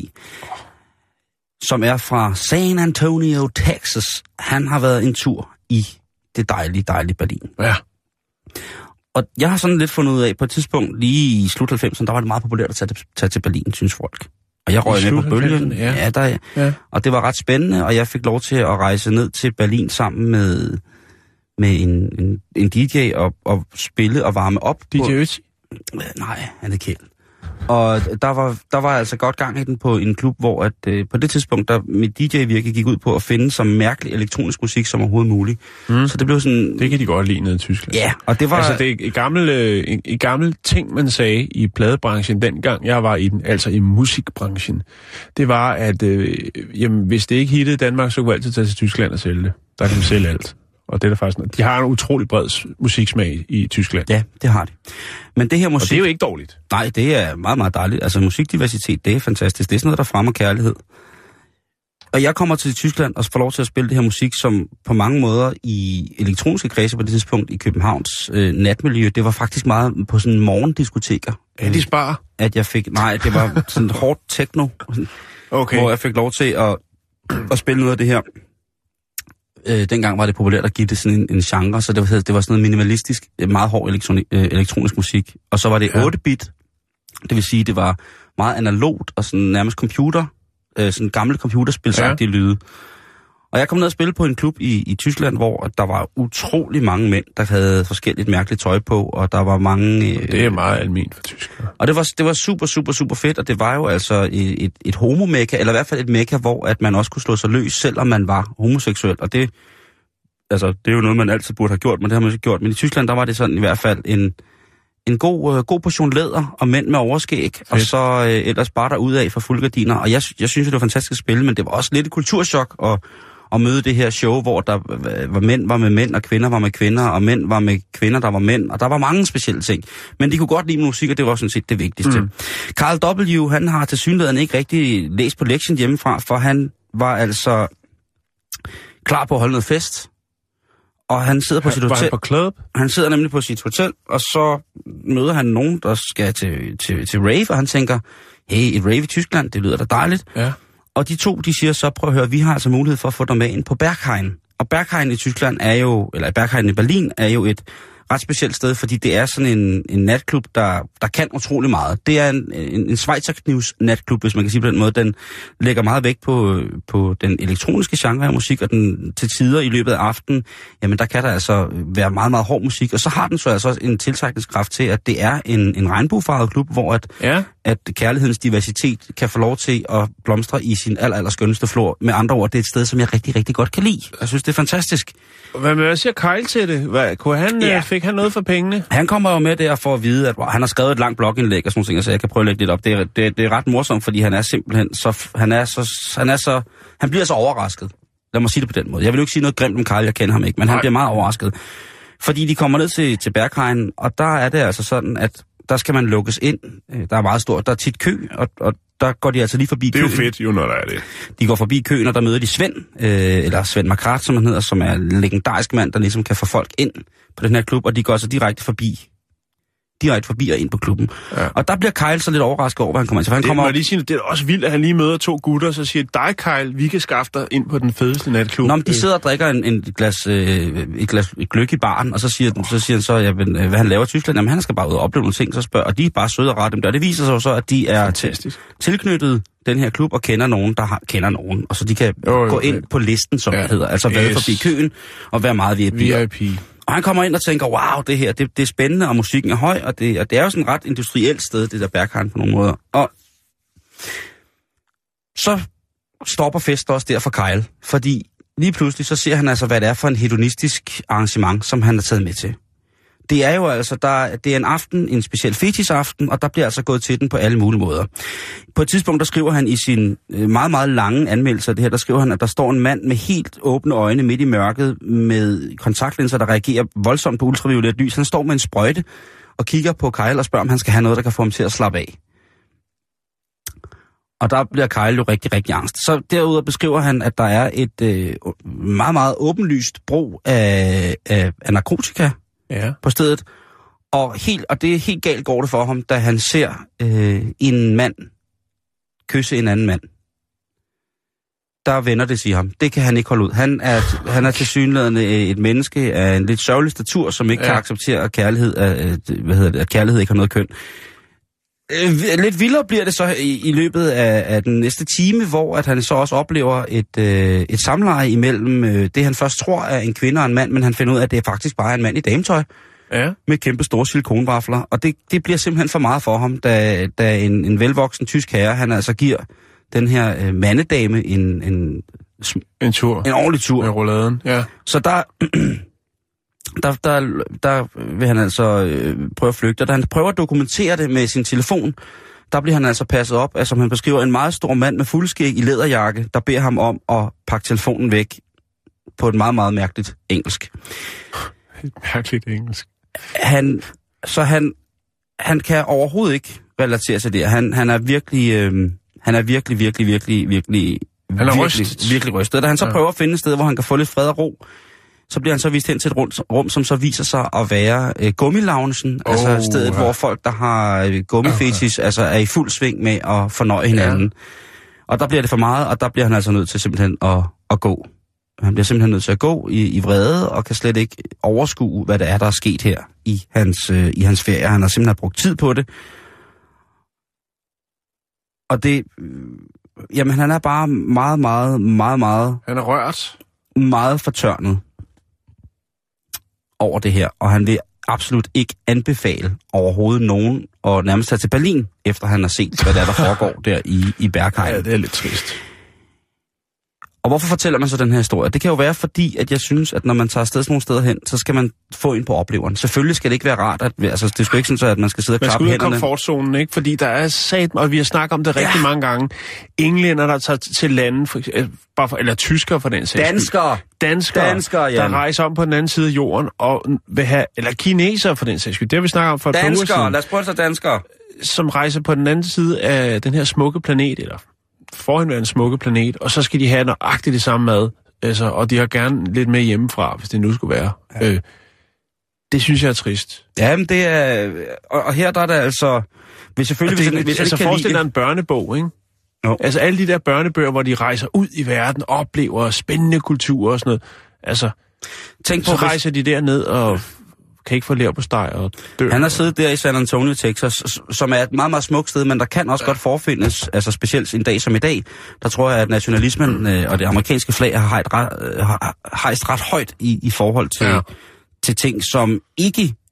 som er fra San Antonio, Texas, han har været en tur i det dejlige Berlin. Ja. Og jeg har sådan lidt fundet ud af, på et tidspunkt lige i slut 90'erne, der var det meget populært at tage til Berlin, synes folk. Og jeg røg med på bølgen. Ja. Og det var ret spændende, og jeg fik lov til at rejse ned til Berlin sammen med en DJ og spille og varme op. DJ Ötzi? Nej, han er Kjeld. Og der var altså godt gang i den på en klub, hvor at, på det tidspunkt, der mit DJ-virke gik ud på at finde så mærkelig elektronisk musik som overhovedet muligt. Så det blev sådan... Det kan de godt lide nede i Tyskland. Ja, og det var... Altså, det er en gammel ting, man sagde i pladebranchen dengang jeg var i den, altså i musikbranchen. Det var, at hvis det ikke hittede Danmark, så kunne vi altid tage til Tyskland og sælge det. Der kan man sælge alt. Og det er der faktisk noget. De har en utrolig bred musiksmag i Tyskland. Ja, det har de. Men det her musik... Og det er jo ikke dårligt. Nej, det er meget, meget dejligt. Altså musikdiversitet, det er fantastisk. Det er sådan noget, der fremmer kærlighed. Og jeg kommer til Tyskland og får lov til at spille det her musik, som på mange måder i elektroniske kredse på det tidspunkt i Københavns natmiljø, det var faktisk meget på sådan morgendiskoteker. Eddie Spar? At jeg fik... Nej, det var sådan hårdt techno. Okay. Hvor jeg fik lov til at spille noget af det her. Dengang var det populært at give det sådan en genre, så det var sådan noget minimalistisk, meget hård elektronisk musik. Og så var det 8-bit, det vil sige, det var meget analogt og sådan nærmest computer, sådan gamle computerspilsagtige lyde. Og jeg kom ned og spille på en klub i Tyskland, hvor der var utrolig mange mænd, der havde forskelligt mærkeligt tøj på, og der var mange... det er meget almindeligt for tyskere. Og det var super, super, super fedt, og det var jo altså et homomekka, eller i hvert fald et mekka, hvor at man også kunne slå sig løs, selvom man var homoseksuel. Og det er jo noget, man altid burde have gjort, men det har man ikke gjort. Men i Tyskland, der var det sådan i hvert fald en god portion læder og mænd med overskæg, fedt. Og så ellers bare derudad for fuldgardiner. Og jeg synes, det var fantastisk at spille, men det var også lidt et kulturschok at møde det her show, hvor der var mænd var med mænd, og kvinder var med kvinder, og mænd var med kvinder, der var mænd, og der var mange specielle ting. Men de kunne godt lide musik, og det var sådan set det vigtigste. Carl W., han har tilsyneladende ikke rigtig læst på lektion hjemmefra, for han var altså klar på at holde noget fest, og han sidder på sit hotel. På club? Han sidder nemlig på sit hotel, og så møder han nogen, der skal til rave, og han tænker, hey, et rave i Tyskland, det lyder da dejligt. Ja. Og de to, de siger så, prøv at høre, vi har altså mulighed for at få dig med ind på Berghain. Og Berghain i Tyskland Berghain i Berlin er jo et ret specielt sted, fordi det er sådan en natklub, der kan utrolig meget. Det er en schweizerknivs natklub, hvis man kan sige på den måde. Den lægger meget vægt på den elektroniske genre af musik, og den til tider i løbet af aftenen, jamen der kan der altså være meget, meget hård musik. Og så har den så altså en tiltrækningskraft til, at det er en regnbuefarvet klub, hvor at kærlighedens diversitet kan få lov til at blomstre i sin allerskønneste flor. Med andre ord, det er et sted, som jeg rigtig, rigtig godt kan lide. Jeg synes, det er fantastisk. Hvad siger Kyle til det? Fik ikke have noget for pengene? Han kommer jo med der for at vide, at han har skrevet et langt blogindlæg og sådan noget, så jeg kan prøve at lægge lidt op. Det er ret morsomt, fordi han er simpelthen så... Han bliver så overrasket. Lad mig sige det på den måde. Jeg vil jo ikke sige noget grimt om Karl, jeg kender ham ikke, men han bliver meget overrasket. Fordi de kommer ned til Berghain, og der er det altså sådan, at der skal man lukkes ind. Der er meget stort, der er tit kø, og der går de altså lige forbi køen. Det er jo fedt, jo, når der er det. De går forbi køen, og der møder de Svend, eller Svend Makrat, som han hedder, som er en legendarisk mand, der ligesom kan få folk ind på den her klub, og de går altså direkte forbi og ind på klubben. Ja. Og der bliver Kyle så lidt overrasket over, hvad han kommer ind til. Han kommer lige sige, det er også vildt, at han lige møder 2 gutter, og så siger, dig Kyle, vi kan skaffe dig ind på den fedeste natklub. Nå, men de sidder og drikker et glas gløgg i baren, og så siger han så, hvad han laver i Tyskland. Jamen, han skal bare ud og opleve nogle ting, så spørger, og de er bare søde og rette dem der. Det viser sig så, at de er tilknyttet den her klub og kender nogen, der kender nogen, og så de kan gå ind på listen, som det hedder. Altså vade forbi køen og være meget VIP. Og han kommer ind og tænker, wow, det her, det er spændende, og musikken er høj, og det er jo sådan et ret industrielt sted, det der Berghain på nogle måder. Og så stopper festen også der for Kyle, fordi lige pludselig så ser han altså, hvad det er for en hedonistisk arrangement, som han er taget med til. Det er jo altså, det er en aften, en speciel fetisaften, og der bliver altså gået til den på alle mulige måder. På et tidspunkt, der skriver han i sin meget, meget lange anmeldelse af det her, der skriver han, at der står en mand med helt åbne øjne midt i mørket, med kontaktlinser, der reagerer voldsomt på ultraviolet lys. Han står med en sprøjte og kigger på Kyle og spørger, om han skal have noget, der kan få ham til at slappe af. Og der bliver Kyle jo rigtig, rigtig angst. Så derudover beskriver han, at der er et meget, meget åbenlyst brug af narkotika på stedet. Og det er helt galt går det for ham, da han ser en mand kysse en anden mand. Der vender det sig ham. Det kan han ikke holde ud. Han er tilsyneladende et menneske af en lidt sørgelig statur, som ikke kan acceptere, at kærlighed, at kærlighed ikke har noget køn. Lidt vildere bliver det så i løbet af den næste time, hvor at han så også oplever et samleje imellem det, han først tror er en kvinde og en mand, men han finder ud af, at det faktisk bare er en mand i dametøj med kæmpe store silikonvafler. Og det bliver simpelthen for meget for ham, da en velvoksen tysk herre, han altså giver den her mandedame en tur. En ordentlig tur. Med rouladen, ja. Så der vil han altså prøve at flygte. Da han prøver at dokumentere det med sin telefon, der bliver han altså passet op, altså han beskriver en meget stor mand med fuldskæg i læderjakke, der beder ham om at pakke telefonen væk på et meget, meget mærkeligt engelsk. Et mærkeligt engelsk. Han kan overhovedet ikke relatere til det. Han er virkelig rystet. Da han så prøver at finde et sted, hvor han kan få lidt fred og ro, så bliver han så vist hen til et rum, som så viser sig at være gummiloungen, altså stedet, hvor folk, der har gummifetis, altså er i fuld sving med at fornøje hinanden. Ja. Og der bliver det for meget, og der bliver han altså nødt til simpelthen at gå. Han bliver simpelthen nødt til at gå i vrede, og kan slet ikke overskue, hvad det er, der er sket her i hans ferie. Han har simpelthen brugt tid på det. Og det... Jamen, han er bare meget... Han er rørt. Meget fortørnet over det her, og han vil absolut ikke anbefale overhovedet nogen og nærmest tage til Berlin, efter han har set, hvad der foregår der i Berghain. Ja, det er lidt trist. Og hvorfor fortæller man så den her historie? Det kan jo være, fordi at jeg synes, at når man tager afsted sådan nogle steder hen, så skal man få en på opleveren. Selvfølgelig skal det ikke være rart, det skal ikke sådan, at man skal sidde og klappe hænderne. Man skal ud af komfortzonen, ikke? Fordi der er og vi har snakket om det rigtig mange gange. Englænder, der tager til lande, eller tyskere for den sags. Danskere, der rejser om på den anden side af jorden, og vil have, eller kinesere for den sags skyld. Det har vi snakket om for et par uger siden. Lad os prøve at danskere. Som rejser på den anden side af den her smukke planet, eller forhenværende smukke planet, og så skal de have nøjagtigt det samme mad, altså, og de har gerne lidt med hjemmefra, hvis det nu skulle være. Ja. Det synes jeg er trist. Jamen, det er... Og her der er det altså... Hvis forestil dig en børnebog, ikke? Jo. Altså alle de der børnebøger, hvor de rejser ud i verden, oplever spændende kulturer og sådan noget. Altså, så rejser de derned og kan ikke få leverpostej og dør. Han har siddet der i San Antonio, Texas, som er et meget, meget smukt sted, men der kan også godt forfindes, altså specielt en dag som i dag, der tror jeg, at nationalismen og det amerikanske flag har hejst ret højt i forhold til ting, som ikke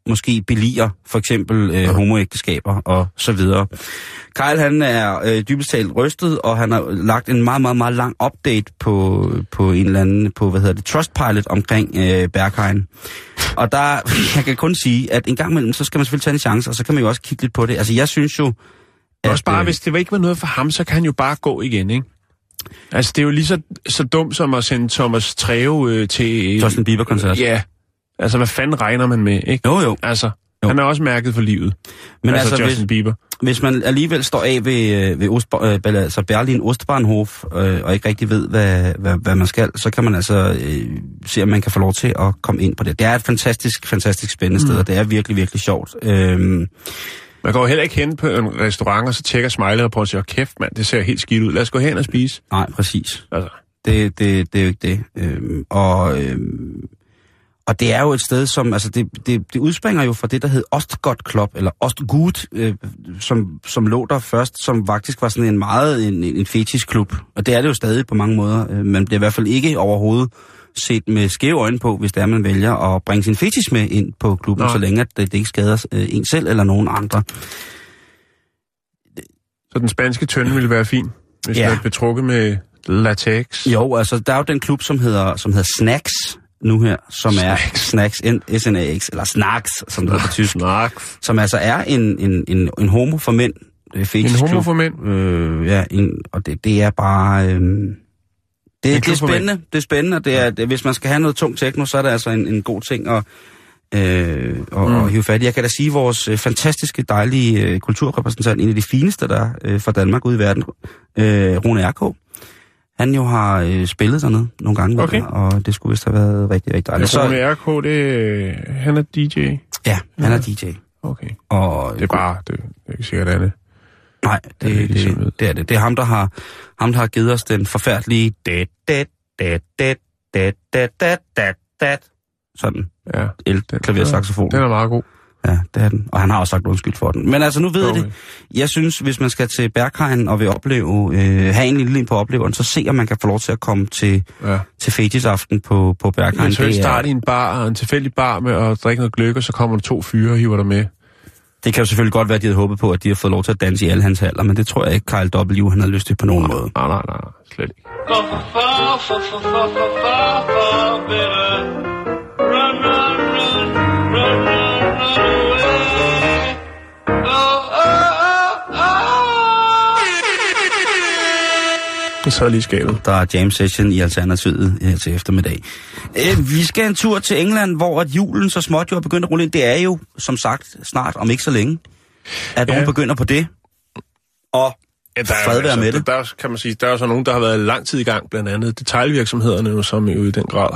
måske billiger for eksempel homoægteskaber og så videre. Kyle, han er dybest talt rystet, og han har lagt en meget, meget, meget lang update på en eller anden, Trustpilot omkring Berghain. Og der, jeg kan kun sige, at en gang imellem, så skal man selvfølgelig tage en chance, og så kan man jo også kigge lidt på det. Altså, jeg synes jo... Også bare, hvis det ikke var noget for ham, så kan han jo bare gå igen, ikke? Altså, det er jo lige så dumt som at sende Thomas Treve til... Justin Bieber-koncert. Ja. Altså, hvad fanden regner man med, ikke? Jo. Altså, han er også mærket for livet. Men altså Justin Bieber. Hvis man alligevel står af ved Berlin Ostbahnhof, og ikke rigtig ved, hvad man skal, så kan man altså se, om man kan få lov til at komme ind på det. Det er et fantastisk, fantastisk spændende sted, og det er virkelig, virkelig sjovt. Man går heller ikke hen på en restaurant, og så tjekker smiley-rapporten og siger, kæft mand, det ser helt skidt ud. Lad os gå hen og spise. Nej, præcis. Altså. Det er jo ikke det. Og det er jo et sted, som, altså det udspringer jo fra det, der hed Ostgut Club, eller Ostgut, som lå der først, som faktisk var sådan en meget en fetish-klub. Og det er det jo stadig på mange måder. Man bliver i hvert fald ikke overhovedet set med skæve øjne på, hvis det er, man vælger at bringe sin fetish med ind på klubben, så længe at det ikke skader en selv eller nogen andre. Så den spanske tønde ville være fin, hvis den er betrukket med latex? Jo, altså der er jo den klub, som hedder Snacks nu her, som er Snacks, S-N-A-X, eller Snacks, som det hedder på tysk. Snacks. Som altså er en homo for mænd. En homo for mænd? Og det er bare... Det er spændende. Det er spændende, og det er, hvis man skal have noget tungt techno, så er det altså en god ting at hive fat i. Jeg kan da sige, vores fantastiske, dejlige kulturrepræsentant, en af de fineste, der fra Danmark ude i verden, Rune R.K., han jo har spillet dernede nogle gange, okay. Og det skulle vist have været rigtig, rigtig dejligt. Rune R.K., han er DJ? Ja, han er DJ. Okay. Og det er bare, det er ikke sikkert, er det. Nej, det er det. Det er ham, der har givet os den forfærdelige sådan el-klaversaxofon. Den er meget god. Ja, det er den. Og han har også sagt undskyld for den. Men altså, nu ved jeg det. Jeg synes, hvis man skal til Berghain og vil opleve, have en lille på opleveren, så se, om man kan få lov til at komme til fetisaften på Berghain. Det er starte i en bar, en tilfældig bar med at drikke noget gløgg, og så kommer der 2 fyre og hiver der med. Det kan jo selvfølgelig godt være, at de havde håbet på, at de har fået lov til at danse i alle hans haller, men det tror jeg ikke, Kyle W. han havde lyst til på nogen måde. Nej, slet ikke. Så er lige skabet. Der er jam session i Alternativet her til eftermiddag. Vi skal en tur til England, hvor at julen så småt jo er begyndt at rulle ind. Det er jo, som sagt, snart om ikke så længe, at nogen begynder på det. Og fred være med det. Der kan man sige, der er så nogen, der har været lang tid i gang, blandt andet detailvirksomhederne, som jo i den grad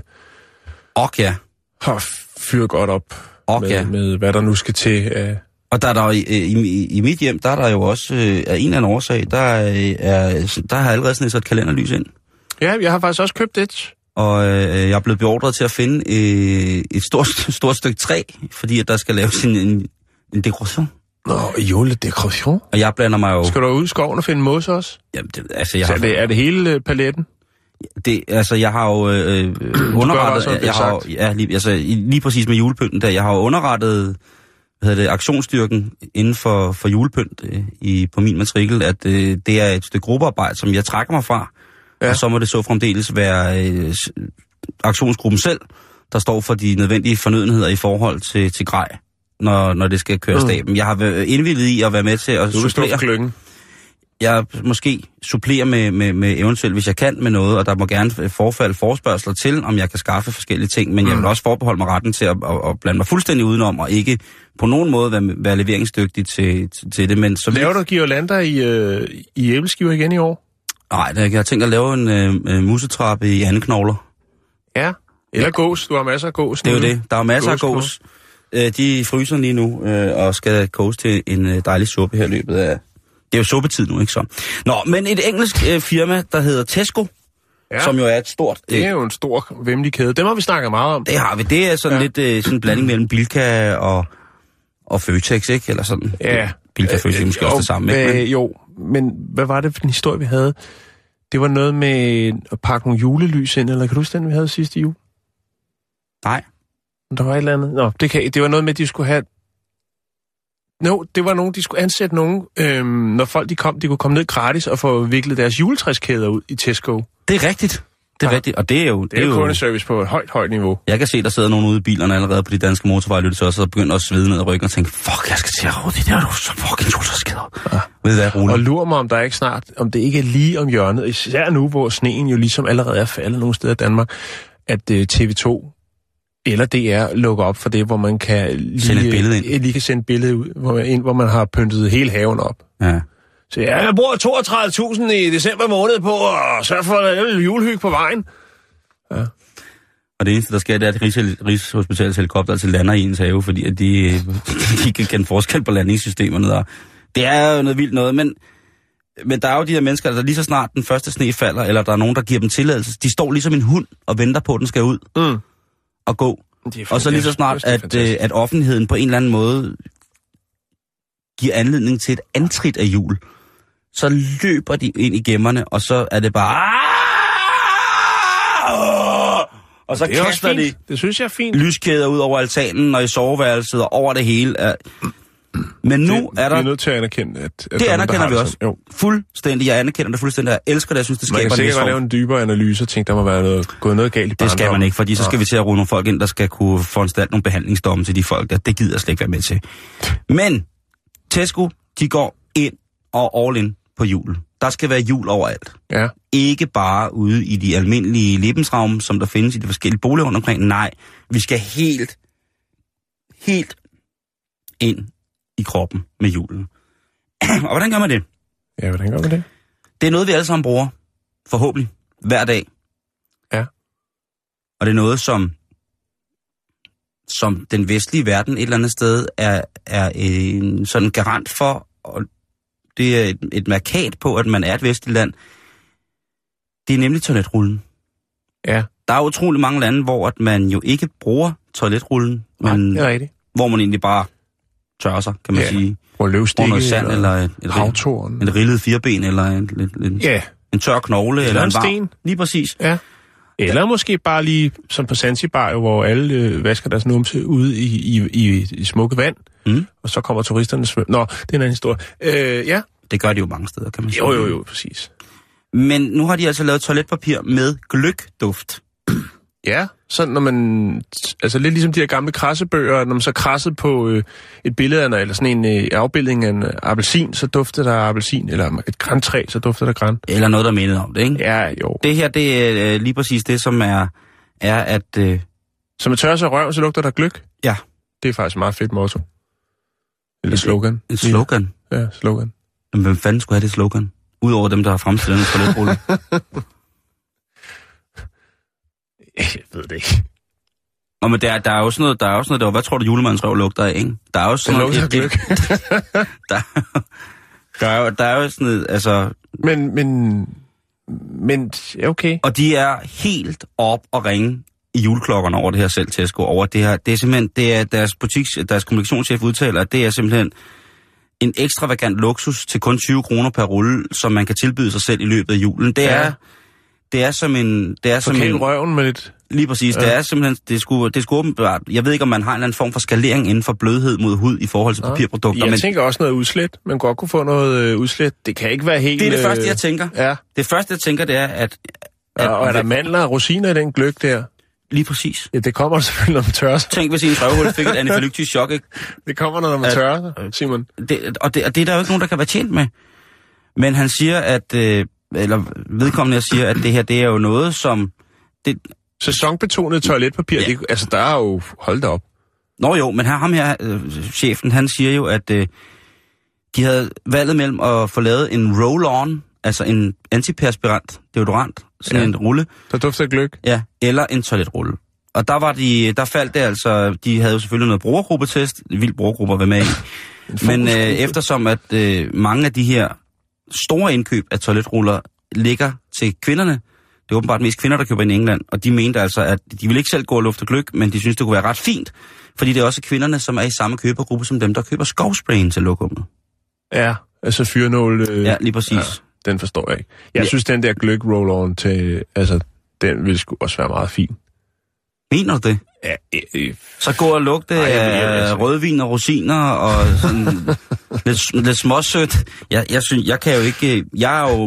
har fyret godt op med, hvad der nu skal til. Og der er der i mit hjem, der er der jo også af en eller anden årsag, der har allerede sådan et kalenderlys ind. Ja, jeg har faktisk også købt et. Og jeg er blevet beordret til at finde et stort stykke træ, fordi at der skal laves en dekoration. Nå, juledekoration? Og jeg blander mig jo... Skal du ud i skoven og finde mos også? Jamen, er det hele paletten? Jeg har jo underrettet... lige præcis med julepynten der, jeg har jo underrettet... aktionsstyrken inden for julepynt på min matrikel, at det er et stykke gruppearbejde, som jeg trækker mig fra, og så må det så fremdeles være aktionsgruppen selv, der står for de nødvendige fornødenheder i forhold til grej, når det skal køre staben. Jeg har indvilget i at være med til at supplere. Jeg måske supplere med eventuelt, hvis jeg kan med noget, og der må gerne forfalde forespørgsler til, om jeg kan skaffe forskellige ting, men jeg vil også forbeholde mig retten til at blande mig fuldstændig udenom, og ikke på nogen måde være leveringsdygtig til det. Men så laver du girlander i æbleskiver igen i år? Nej, jeg har tænkt at lave en musetrappe i andeknogler. Ja, eller gås. Du har masser af gås. Det er jo det. Der er masser af gås. De fryser lige nu, og skal koges til en dejlig suppe her i løbet af... Det er jo suppetid nu, ikke så? Nå, men et engelsk firma, der hedder Tesco, som jo er et stort... Det er jo en stor, væmmelig kæde. Dem har vi snakket meget om. Det har vi. Det er sådan lidt sådan en blanding mellem Bilka og Føtex, ikke? Eller sådan. Ja. Bilka og Føtex måske også det samme, ikke? Men hvad var det for en historie, vi havde? Det var noget med at pakke nogle julelys ind, eller kan du huske den, vi havde sidste jul? Nej. Der var et eller andet. Nå, det var noget med, at de skulle have... Det var nogen, de skulle ansætte nogen, når folk de kunne komme ned gratis og få viklet deres juletræskæder ud i Tesco. Det er rigtigt. Det er rigtigt, og det er jo... Det er jo kundeservice på et højt niveau. Jeg kan se, der sidder nogen ude i bilerne allerede på de danske motorveje, lytter til os, og begynder at svede ned ad ryggen og tænke, fuck, jeg skal til at råde det der, så fucking juletræskæder. Ja. Ved hvad, Rune? Og lurer mig, om det ikke er lige om hjørnet, især nu, hvor sneen jo ligesom allerede er faldet nogle steder i Danmark, at TV2 eller DR lukker op for det, hvor man kan lige kan sende et billede ud, hvor man har pyntet hele haven op. Ja. Så jeg bruger 32.000 i december måned på at sørge for en julehygge på vejen. Ja. Og det eneste, der sker, det er, at Rigshospitalets helikopter altså lander i ens have, fordi at de kan kende forskel på landingssystemerne. Og det er jo noget vildt noget, men der er jo de her mennesker, der lige så snart den første sne falder, eller der er nogen, der giver dem tilladelse, de står ligesom en hund og venter på, at den skal ud og gå. Og så lige så snart, at offentligheden på en eller anden måde giver anledning til et antrit af jul, så løber de ind i gemmerne, og så er det bare... Og så kaster de det synes jeg er fint. Lyskæder ud over altanen og i soveværelset og over det hele. Men nu er der... Vi er nødt til at anerkende, at det anerkender vi også. Jo. Fuldstændig. Jeg anerkender det fuldstændig. Jeg elsker det. Jeg synes, det skaber... Man kan sikkert lave en dybere analyse og tænke, der må være gået noget galt i barndommen. Det skal man ikke, fordi så skal vi til at rulle nogle folk ind, der skal kunne foranstalte nogle behandlingsdomme til de folk der. Det gider jeg slet ikke være med til. Men Tesco, de går ind og all in på jul. Der skal være jul overalt. Ja. Ikke bare ude i de almindelige Lebensraum, som der findes i de forskellige boliger rundt omkring. Nej, vi skal helt ind i kroppen med julen. Og hvordan gør man det? Ja, hvordan gør man det? Det er noget, vi alle sammen bruger. Forhåbentlig. Hver dag. Ja. Og det er noget, som den vestlige verden et eller andet sted er en sådan garant for, og det er et markat på, at man er et vestligt land. Det er nemlig toiletrullen. Ja. Der er utrolig mange lande, hvor at man jo ikke bruger toiletrullen, men det er rigtigt. Hvor man egentlig bare tørrer sig, kan man sige. Og løvstikke, noget sand, eller en rillet firben, eller en tør knogle, eller en sten. Lige præcis. Ja. Eller måske bare lige, som på Zanzibar, hvor alle vasker deres numse ude i smukke vand, og så kommer turisterne svømme. Nå, det er en anden historie. Ja. Det gør de jo mange steder, kan man sige. Jo, præcis. Men nu har de altså lavet toiletpapir med gløgduft. Ja, så når man... Altså lidt ligesom de her gamle krassebøger, når man så krassede på et billede af, eller sådan en afbildning af en appelsin, så dufter der appelsin, eller et grantræ, så dufter der gran. Eller noget, der minder om det, ikke? Ja, jo. Det her, det er lige præcis det, som er at... Som at tørre sig røv, så lugter der gløgg? Ja. Det er faktisk et meget fedt motto. Eller slogan. En slogan? Ja, slogan. Men hvem fanden skulle have det slogan? Udover dem, der har fremstillet en toiletrulle. Jeg ved det ikke. Nå, men der er jo sådan noget, der, hvad tror du julemandens røv lugter af, ikke? Der er jo sådan noget... der er jo sådan noget, altså... Men, okay. Og de er helt op og ringe i juleklokkerne over det her selv, Tesco, over det her. Det er simpelthen, det er deres kommunikationschef udtaler, at det er simpelthen en ekstravagant luksus til kun 20 kroner per rulle, som man kan tilbyde sig selv i løbet af julen. Det er som en... røven med lidt... Lige præcis. Ja. Det er simpelthen... Det er sgu åbenbart... Jeg ved ikke, om man har en eller anden form for skalering inden for blødhed mod hud i forhold til papirprodukter. Jeg tænker også noget udslæt. Man godt kunne få noget udslæt. Det kan ikke være helt... Det er det første, jeg tænker. Ja. Det første, jeg tænker, det er, at og er der mandler og rosiner i den gløgg der? Lige præcis. Ja, det kommer selvfølgelig, når man tørrer sig. Tænk, hvis ens røvhul fik et anafylaktisk chok, ikke? Det kommer, når man tørrer sig, Simon. Det er der jo ikke nogen, der kan være tjent med. Men han siger, at... eller vedkommende siger, at det her, det er jo noget, som... Sæsonbetonet toiletpapir, ja. Altså der er jo... Hold da op. Nå jo, men chefen, han siger jo, at de havde valget mellem at få lavet en roll-on, altså en antiperspirant, deodorant, sådan en rulle. Der dufter gløgg. Ja, eller en toiletrulle. Og der faldt det altså... De havde jo selvfølgelig noget brugergruppetest, en vild brugergruppe at være med i. Men eftersom at mange af de her store indkøb af toiletruller ligger til kvinderne. Det er åbenbart mest kvinder, der køber ind i England, og de mente altså, at de vil ikke selv gå og lufte gløgg, men de synes, det kunne være ret fint, fordi det er også kvinderne, som er i samme købergruppe som dem, der køber skovsprayen til lokummet. Ja, altså fyrenål. Ja, lige præcis. Ja, den forstår jeg ikke. Jeg synes, den der gløgg roll-on til, altså, den ville sgu også være meget fin. Mener du det? Så gå og lugte af rødvin og rosiner og sådan lidt småsødt. Jeg synes, jeg kan jo ikke... Jeg er jo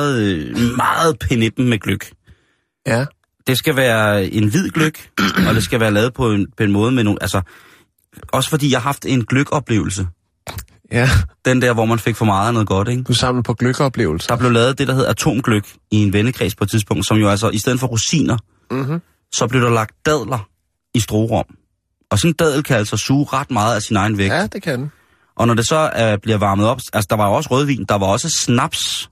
meget penippen med gløgg. Ja. Det skal være en hvid gløgg, og det skal være lavet på en måde med nogle... Altså, også fordi jeg har haft en gløggoplevelse. Ja. Den der, hvor man fik for meget af noget godt, ikke? Du samler på gløgoplevelser. Der blev lavet det, der hedder atomgløgg i en vennekreds på et tidspunkt, som jo altså, i stedet for rosiner, så blev der lagt dadler i strorum. Og sådan en dadel kan altså suge ret meget af sin egen vægt. Ja, det kan den. Og når det så bliver varmet op, altså der var jo også rødvin, der var også snaps.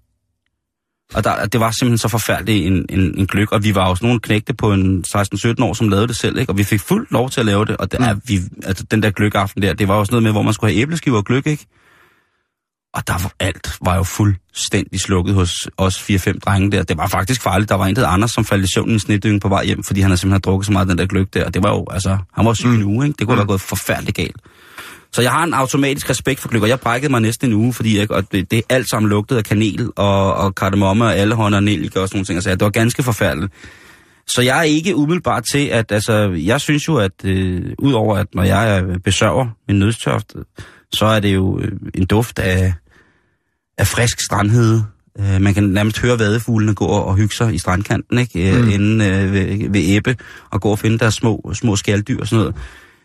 Og det var simpelthen så forfærdeligt en gløgg, og vi var jo sådan nogle knægte på en 16-17 år, som lavede det selv, ikke? Og vi fik fuldt lov til at lave det, og altså, den der gløggaften der, det var jo sådan noget med, hvor man skulle have æbleskiver og gløgg, ikke? Og alt var jo fuldstændig slukket hos os 4-5 drenge der. Det var faktisk farligt. Der var en, der hed Anders, som faldt i søvn i en snedynge på vej hjem, fordi han simpelthen havde drukket så meget af den der gløgg der. Og det var jo, altså, han var syg en uge, ikke? Det kunne være gået forfærdeligt galt. Så jeg har en automatisk respekt for gløgg, og jeg brækkede mig næsten en uge, fordi det alt sammen lugtede af kanel og kardemomme og allehånd og nellike og sådan nogle ting. Altså, det var ganske forfærdeligt. Så jeg er ikke umiddelbart til, at altså, jeg synes jo, at udover at når jeg besørger min nødstørft, så er det jo en duft af frisk strandhede. Man kan nærmest høre vadefuglene gå og hygge sig i strandkanten, ikke? Inden ved Ebbe og gå og finde deres små skalddyr og sådan noget.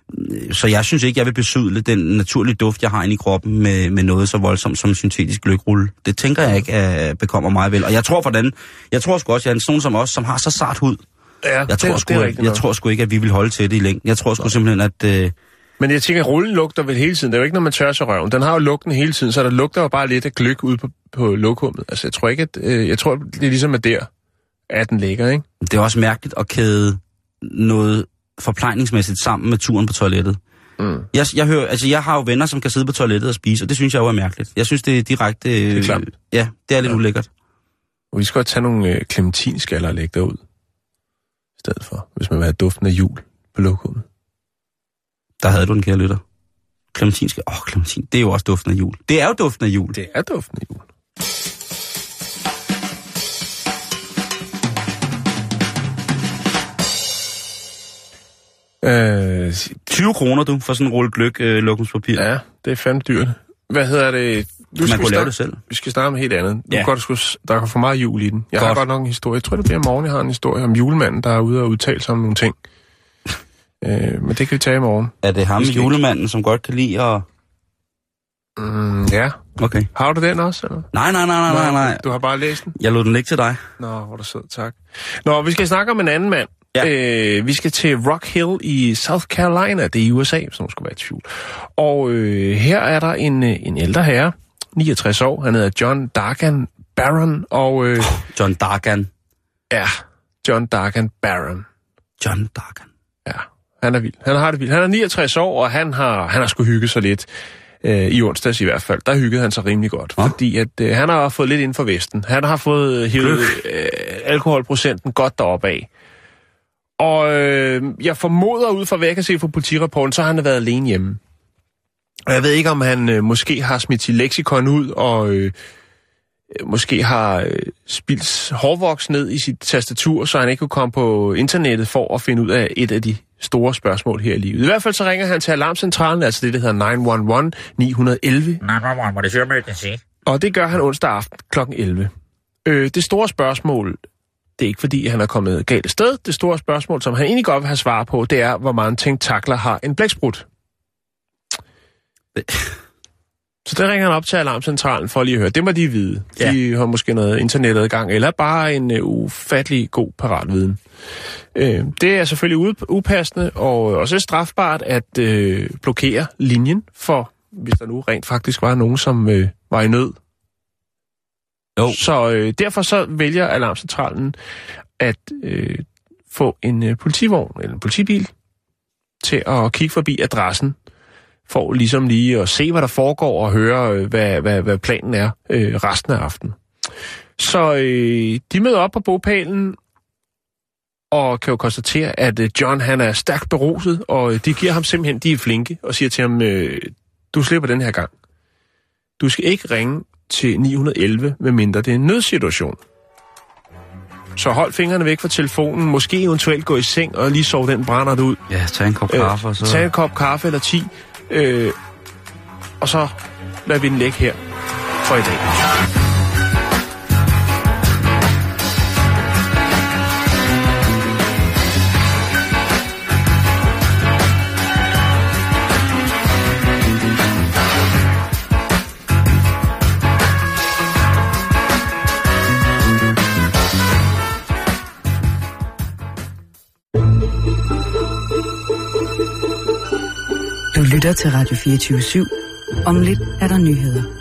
Så jeg synes ikke, jeg vil besydle den naturlige duft, jeg har inde i kroppen med noget så voldsomt som syntetisk gløgrulle. Det tænker jeg ikke bekommer mig vel. Og jeg tror sgu også, jeg er en sådan som os, som har så sart hud. Ja, jeg tror sgu ikke, at vi vil holde til det i længden. Jeg tror sgu simpelthen, at... Men jeg tænker, at rullen lugter vel hele tiden. Det er jo ikke, når man tørrer sig røven. Den har jo lugten hele tiden, så der lugter jo bare lidt af gløgg ude på lokummet. Altså, jeg tror ikke, at... jeg tror, det er ligesom der, at den ligger, ikke? Det er også mærkeligt at kæde noget forplejningsmæssigt sammen med turen på toilettet. Jeg har jo venner, som kan sidde på toilettet og spise, og det synes jeg jo er mærkeligt. Jeg synes, det er direkte... det er klart. Ja, det er lidt ulækkert. Og vi skal godt tage nogle clementinskaller og lægge derud. I stedet for, hvis man vil have duften af jul på lokummet. Der havde du den, kære lytter. Clementinske. Clementin. Det er jo også duften af jul. Det er jo duften af jul. Det er duften af jul. 20 kroner, du, for sådan en rulle gløgg lokumspapir. Ja, det er fandme dyrt. Hvad hedder det? Man kunne lave det selv. Vi skal snakke om helt andet. Ja. Der er for meget jul i den. Jeg har godt nok en historie. Jeg tror, det bliver i morgen, jeg har en historie om julemanden, der er ude og udtale sig om nogle ting. Men det kan vi tage i morgen. Er det ham, julemanden, som godt kan lide at... Ja. Okay. Har du den også, eller? Nej. Du har bare læst den? Jeg lod den ligge til dig. Nå, hvor er du sød, tak. Nå, vi skal snakke om en anden mand. Ja. Vi skal til Rock Hill i South Carolina, det er i USA, hvis nogen skulle være i tvivl. Og her er der en ældre herre, 69 år, han hedder John Dargan Barron, og... John Dargan? Ja, John Dargan Barron. John Dargan. Ja, han er vild. Han har det vildt. Han er 69 år, og han har sgu hygget sig lidt. I onsdags i hvert fald, der hyggede han sig rimelig godt, fordi at han har fået lidt inden for Vesten. Han har fået hivet alkoholprocenten godt deroppe af. Og jeg formoder ud fra, hvad jeg kan se fra politirapporten, så har han været alene hjemme. Og jeg ved ikke, om han måske har smidt sit leksikon ud, og måske har spildt hårvoks ned i sit tastatur, så han ikke kunne komme på internettet for at finde ud af et af de store spørgsmål her i livet. I hvert fald så ringer han til alarmcentralen, altså det, der hedder 911, 911. 911, what is your emergency? Og det gør han onsdag aften kl. 11. Det store spørgsmål, det er ikke fordi, han er kommet galt af sted. Det store spørgsmål, som han egentlig godt vil have svar på, det er, hvor mange tentakler har en blæksprut. Så der ringer han op til alarmcentralen for lige at høre. Det må de vide. De har måske noget internetadgang, eller bare en ufattelig god paratviden. Det er selvfølgelig upassende, og også strafbart at blokere linjen for, hvis der nu rent faktisk var nogen, som var i nød. Jo. Så derfor så vælger alarmcentralen at få en politivogn eller en politibil til at kigge forbi adressen, for ligesom lige at se, hvad der foregår, og høre, hvad planen er resten af aftenen. Så de møder op på bopælen, og kan jo konstatere, at John han er stærkt beruset, og de giver ham simpelthen, de er flinke, og siger til ham, du slipper den her gang. Du skal ikke ringe til 911, medmindre det er en nødsituation. Så hold fingrene væk fra telefonen. Måske eventuelt gå i seng og lige sove den brændert ud. Ja, tag en kop kaffe og så... Tag en kop kaffe eller 10. Og så lader vi den lægge her for i dag. Du lytter til Radio 24/7. Om lidt er der nyheder.